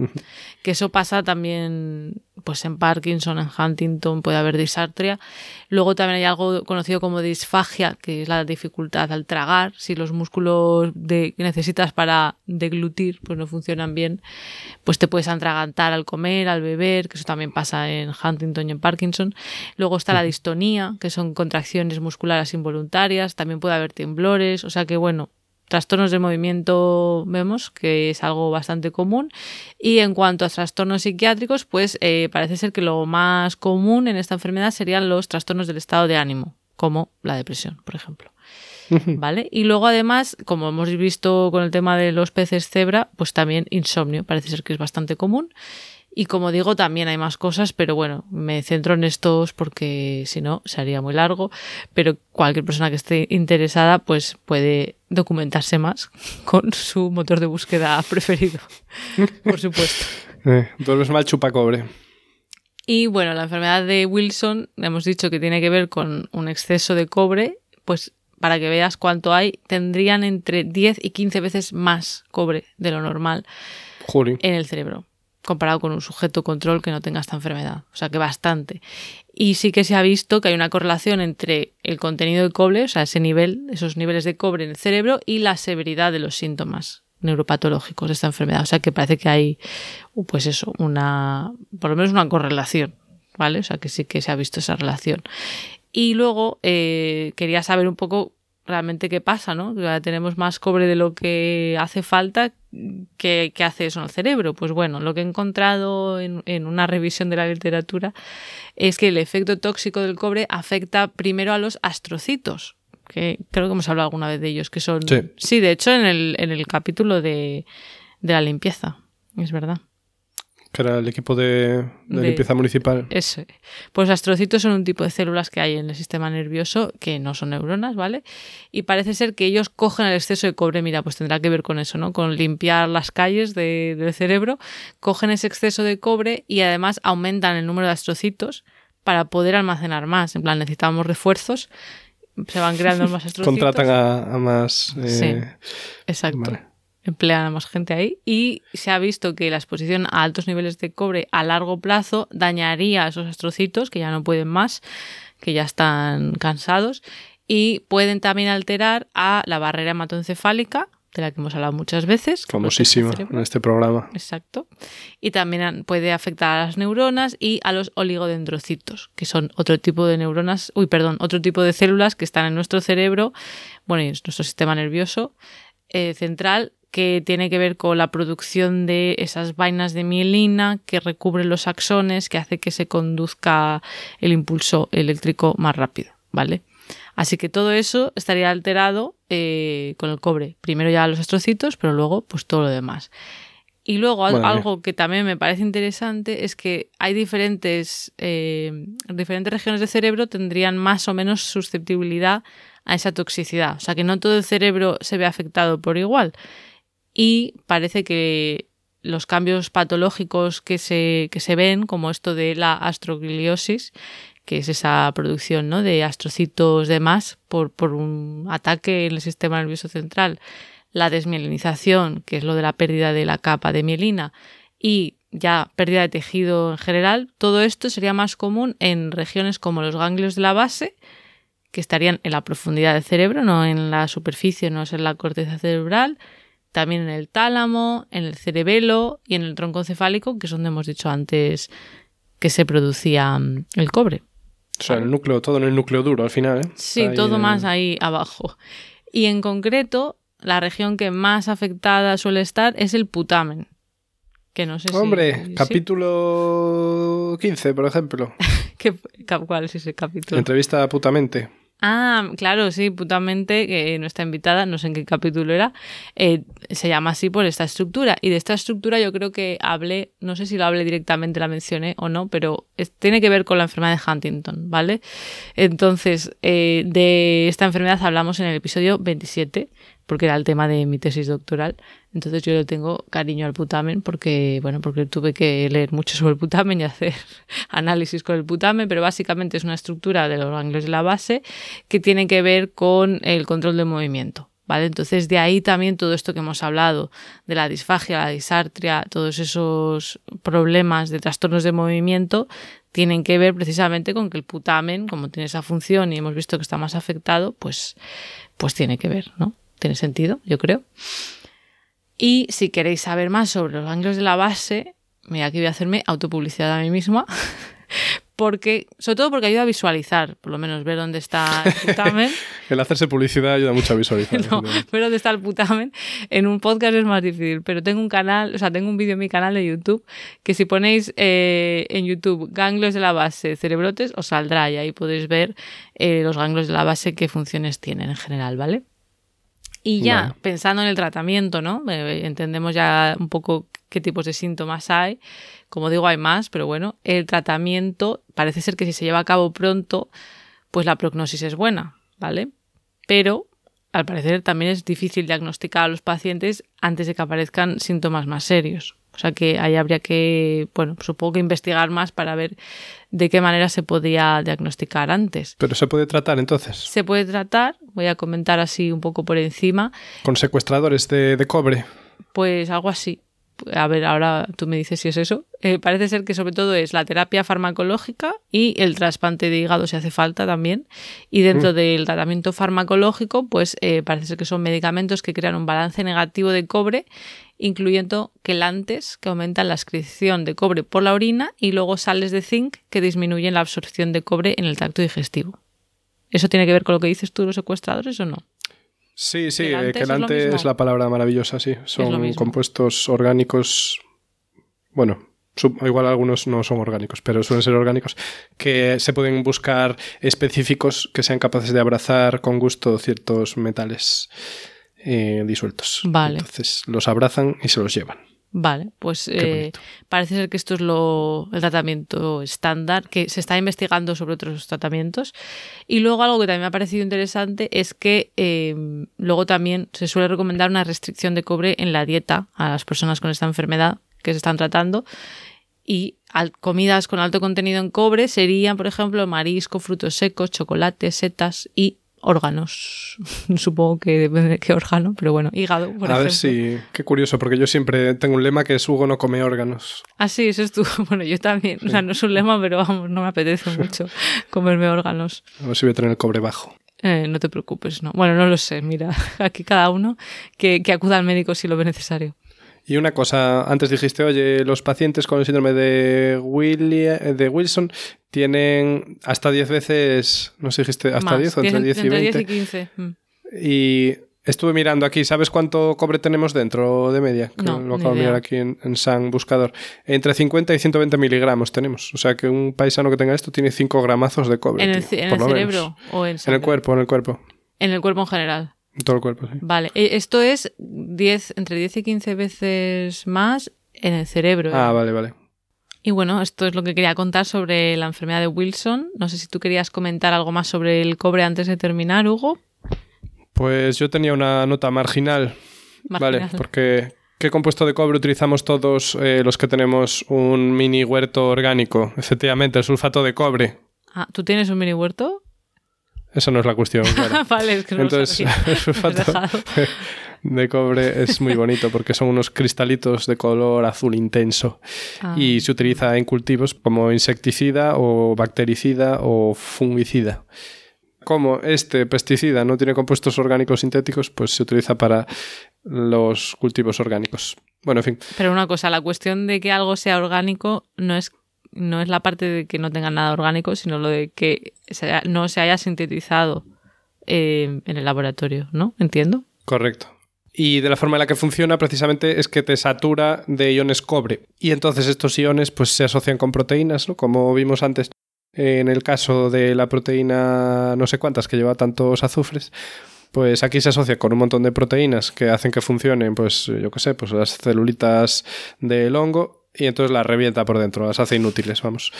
Que eso pasa también pues en Parkinson, en Huntington puede haber disartria. Luego también hay algo conocido como disfagia, que es la dificultad al tragar. Si los músculos que necesitas para deglutir pues no funcionan bien, pues te puedes atragantar al comer, al beber, que eso también pasa en Huntington y en Parkinson. Luego está la distonía, que son contracciones musculares involuntarias. También puede haber temblores, o sea que bueno, trastornos del movimiento vemos que es algo bastante común. Y en cuanto a trastornos psiquiátricos, pues parece ser que lo más común en esta enfermedad serían los trastornos del estado de ánimo, como la depresión, por ejemplo. ¿Vale? Y luego además, como hemos visto con el tema de los peces cebra, pues también insomnio, parece ser que es bastante común. Y como digo, también hay más cosas, pero bueno, me centro en estos porque si no, se haría muy largo. Pero cualquier persona que esté interesada, pues puede documentarse más con su motor de búsqueda preferido, por supuesto. Duermes mal, chupa cobre. Y bueno, la enfermedad de Wilson, hemos dicho que tiene que ver con un exceso de cobre, pues para que veas cuánto hay, tendrían entre 10 y 15 veces más cobre de lo normal en el cerebro, comparado con un sujeto control que no tenga esta enfermedad. O sea que bastante. Y sí que se ha visto que hay una correlación entre el contenido de cobre, o sea, esos niveles de cobre en el cerebro y la severidad de los síntomas neuropatológicos de esta enfermedad. O sea que parece que hay, pues eso, por lo menos una correlación, ¿vale? O sea que sí que se ha visto esa relación. Y luego quería saber un poco realmente qué pasa, ¿no? Ya tenemos más cobre de lo que hace falta. ¿Qué hace eso en el cerebro? Pues bueno, lo que he encontrado en una revisión de la literatura es que el efecto tóxico del cobre afecta primero a los astrocitos, que creo que hemos hablado alguna vez de ellos, que son... Sí, de hecho en el capítulo de la limpieza, es verdad. Que era el equipo de limpieza municipal. Eso. Pues los astrocitos son un tipo de células que hay en el sistema nervioso que no son neuronas, ¿vale? Y parece ser que ellos cogen el exceso de cobre. Mira, pues tendrá que ver con eso, ¿no? Con limpiar las calles del cerebro. Cogen ese exceso de cobre y además aumentan el número de astrocitos para poder almacenar más. En plan, necesitamos refuerzos. Se van creando más astrocitos. Contratan a más... Sí, exacto. Vale. Emplean a más gente ahí y se ha visto que la exposición a altos niveles de cobre a largo plazo dañaría a esos astrocitos que ya no pueden más, que ya están cansados, y pueden también alterar a la barrera hematoencefálica, de la que hemos hablado muchas veces. Famosísima en este programa. Exacto. Y también puede afectar a las neuronas y a los oligodendrocitos, que son otro tipo de otro tipo de células que están en nuestro cerebro, bueno, y en nuestro sistema nervioso central, que tiene que ver con la producción de esas vainas de mielina que recubren los axones, que hace que se conduzca el impulso eléctrico más rápido, ¿vale? Así que todo eso estaría alterado con el cobre. Primero ya los astrocitos, pero luego pues todo lo demás. Y luego algo que también me parece interesante es que hay diferentes regiones del cerebro tendrían más o menos susceptibilidad a esa toxicidad. O sea, que no todo el cerebro se ve afectado por igual. Y parece que los cambios patológicos que se ven, como esto de la astrogliosis, que es esa producción, ¿no?, de astrocitos de más por un ataque en el sistema nervioso central, la desmielinización, que es lo de la pérdida de la capa de mielina, y ya pérdida de tejido en general, todo esto sería más común en regiones como los ganglios de la base, que estarían en la profundidad del cerebro, no en la superficie, no es en la corteza cerebral, también en el tálamo, en el cerebelo y en el tronco encefálico, que es donde hemos dicho antes que se producía el cobre. O sea, el núcleo, todo en el núcleo duro al final, ¿eh? Sí, ahí todo más ahí abajo. Y en concreto, la región que más afectada suele estar es el putamen. Que no sé Hombre, capítulo 15, por ejemplo. ¿Cuál es ese capítulo? Entrevista a Putamente. Ah, claro, sí, Putamente, que nuestra invitada, no sé en qué capítulo era, se llama así por esta estructura. Y de esta estructura yo creo que hablé, no sé si lo hablé directamente, la mencioné o no, pero tiene que ver con la enfermedad de Huntington, ¿vale? Entonces, de esta enfermedad hablamos en el episodio 27, porque era el tema de mi tesis doctoral. Entonces yo le tengo cariño al putamen porque tuve que leer mucho sobre el putamen y hacer análisis con el putamen, pero básicamente es una estructura de los ganglios de la base que tiene que ver con el control del movimiento, ¿vale? Entonces de ahí también todo esto que hemos hablado de la disfagia, la disartria, todos esos problemas de trastornos de movimiento tienen que ver precisamente con que el putamen, como tiene esa función y hemos visto que está más afectado, pues tiene que ver, ¿no? Tiene sentido, yo creo. Y si queréis saber más sobre los ganglios de la base, mira, aquí voy a hacerme autopublicidad a mí misma, sobre todo porque ayuda a visualizar, por lo menos ver dónde está el putamen. El hacerse publicidad ayuda mucho a visualizar. No, ver dónde está el putamen. En un podcast es más difícil, pero tengo un vídeo en mi canal de YouTube que si ponéis en YouTube ganglios de la base cerebrotes, os saldrá y ahí podéis ver los ganglios de la base qué funciones tienen en general, ¿vale? Y ya, bueno, pensando en el tratamiento, ¿no? Entendemos ya un poco qué tipos de síntomas hay. Como digo, hay más, pero bueno, el tratamiento parece ser que si se lleva a cabo pronto, pues la prognosis es buena, ¿vale? Pero al parecer también es difícil diagnosticar a los pacientes antes de que aparezcan síntomas más serios. O sea que ahí habría que, supongo que investigar más para ver de qué manera se podía diagnosticar antes. ¿Pero se puede tratar entonces? Se puede tratar, voy a comentar así un poco por encima. ¿Con secuestradores de cobre? Pues algo así. A ver, ahora tú me dices si es eso. Parece ser que sobre todo es la terapia farmacológica y el trasplante de hígado si hace falta también. Y dentro del tratamiento farmacológico, pues parece ser que son medicamentos que crean un balance negativo de cobre, incluyendo quelantes que aumentan la excreción de cobre por la orina y luego sales de zinc que disminuyen la absorción de cobre en el tracto digestivo. ¿Eso tiene que ver con lo que dices tú, los secuestradores, o no? Sí, quelante es la palabra maravillosa, sí. Son compuestos orgánicos, igual algunos no son orgánicos, pero suelen ser orgánicos, que se pueden buscar específicos que sean capaces de abrazar con gusto ciertos metales disueltos. Vale. Entonces los abrazan y se los llevan. Vale, pues parece ser que esto es el tratamiento estándar, que se está investigando sobre otros tratamientos. Y luego algo que también me ha parecido interesante es que luego también se suele recomendar una restricción de cobre en la dieta a las personas con esta enfermedad que se están tratando. Y comidas con alto contenido en cobre serían, por ejemplo, marisco, frutos secos, chocolate, setas y órganos. Supongo que depende de qué órgano, pero bueno, hígado, por ejemplo. A ver, sí, qué curioso, porque yo siempre tengo un lema que es Hugo no come órganos. Ah, sí, eso es tú. Bueno, yo también. Sí. O sea, no es un lema, pero vamos, no me apetece mucho comerme órganos. A ver si voy a tener el cobre bajo. No te preocupes, no. Bueno, no lo sé, mira, aquí cada uno que acuda al médico si lo ve necesario. Y una cosa, antes dijiste, oye, los pacientes con el síndrome de Wilson tienen hasta 10 veces, no sé, dijiste hasta más, 10 o entre 10 y 20. Entre 10 y 15. Y estuve mirando aquí, ¿sabes cuánto cobre tenemos dentro de media? No, lo acabo de mirar aquí en San Buscador. Entre 50 y 120 miligramos tenemos. O sea que un paisano que tenga esto tiene 5 gramazos de cobre. ¿En el cerebro menos. O en sangre? En el cuerpo, en el cuerpo. En el cuerpo en general. Todo el cuerpo, sí. Vale, esto es entre 10 y 15 veces más en el cerebro. Ah, vale. Y bueno, esto es lo que quería contar sobre la enfermedad de Wilson. No sé si tú querías comentar algo más sobre el cobre antes de terminar, Hugo. Pues yo tenía una nota marginal. Vale, porque ¿qué compuesto de cobre utilizamos todos los que tenemos un mini huerto orgánico? Efectivamente, el sulfato de cobre. Ah, ¿tú tienes un mini huerto? Esa no es la cuestión, claro. Vale, es que no Entonces, lo sabía. el sulfato de cobre es muy bonito porque son unos cristalitos de color azul intenso y se utiliza en cultivos como insecticida o bactericida o fungicida. Como este pesticida no tiene compuestos orgánicos sintéticos, pues se utiliza para los cultivos orgánicos. Bueno, en fin. Pero una cosa, la cuestión de que algo sea orgánico no es la parte de que no tenga nada orgánico, sino lo de que no se haya sintetizado en el laboratorio, ¿no? ¿Entiendo? Correcto. Y de la forma en la que funciona precisamente es que te satura de iones cobre. Y entonces estos iones pues se asocian con proteínas, ¿no? Como vimos antes en el caso de la proteína no sé cuántas que lleva tantos azufres. Pues aquí se asocia con un montón de proteínas que hacen que funcionen, pues yo qué sé, pues las celulitas del hongo y entonces las revienta por dentro, las hace inútiles, vamos.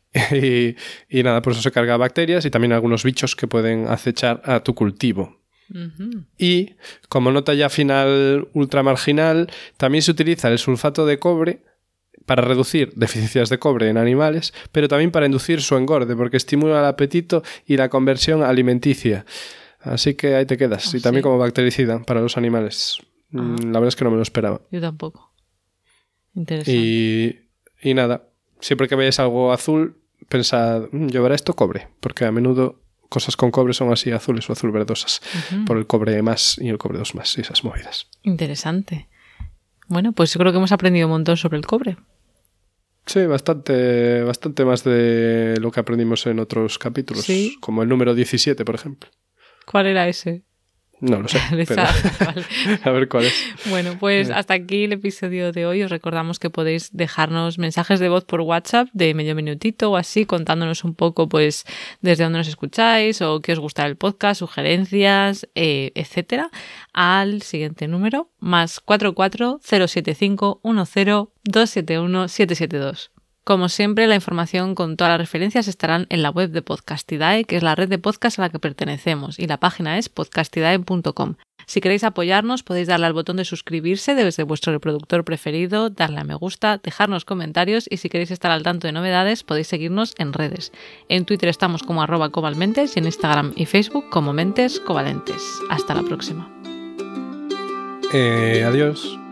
Y nada, por eso se carga bacterias y también algunos bichos que pueden acechar a tu cultivo. Uh-huh. Y como nota ya final ultramarginal, también se utiliza el sulfato de cobre para reducir deficiencias de cobre en animales, pero también para inducir su engorde, porque estimula el apetito y la conversión alimenticia. Así que ahí te quedas. Y también como bactericida para los animales. La verdad es que no me lo esperaba. Yo tampoco. Interesante. Y nada, siempre que veáis algo azul, pensad, ¿llevará esto cobre? Porque a menudo cosas con cobre son así azules o azul verdosas. Uh-huh. Por el cobre más y el cobre 2 más y esas movidas. Interesante. Bueno, pues yo creo que hemos aprendido un montón sobre el cobre. Sí, bastante más de lo que aprendimos en otros capítulos. ¿Sí? Como el número 17, por ejemplo. ¿Cuál era ese? No lo sé, pero vale. A ver cuál es. Bueno, pues hasta aquí el episodio de hoy. Os recordamos que podéis dejarnos mensajes de voz por WhatsApp de medio minutito o así, contándonos un poco pues desde dónde nos escucháis o qué os gusta del podcast, sugerencias, etcétera, al siguiente número, +44 075 10 271 772. Como siempre, la información con todas las referencias estarán en la web de Podcastidae, que es la red de podcast a la que pertenecemos, y la página es podcastidae.com. Si queréis apoyarnos, podéis darle al botón de suscribirse desde vuestro reproductor preferido, darle a me gusta, dejarnos comentarios y si queréis estar al tanto de novedades, podéis seguirnos en redes. En Twitter estamos como @cobalmentes y en Instagram y Facebook como Mentes Covalentes. Hasta la próxima. Adiós.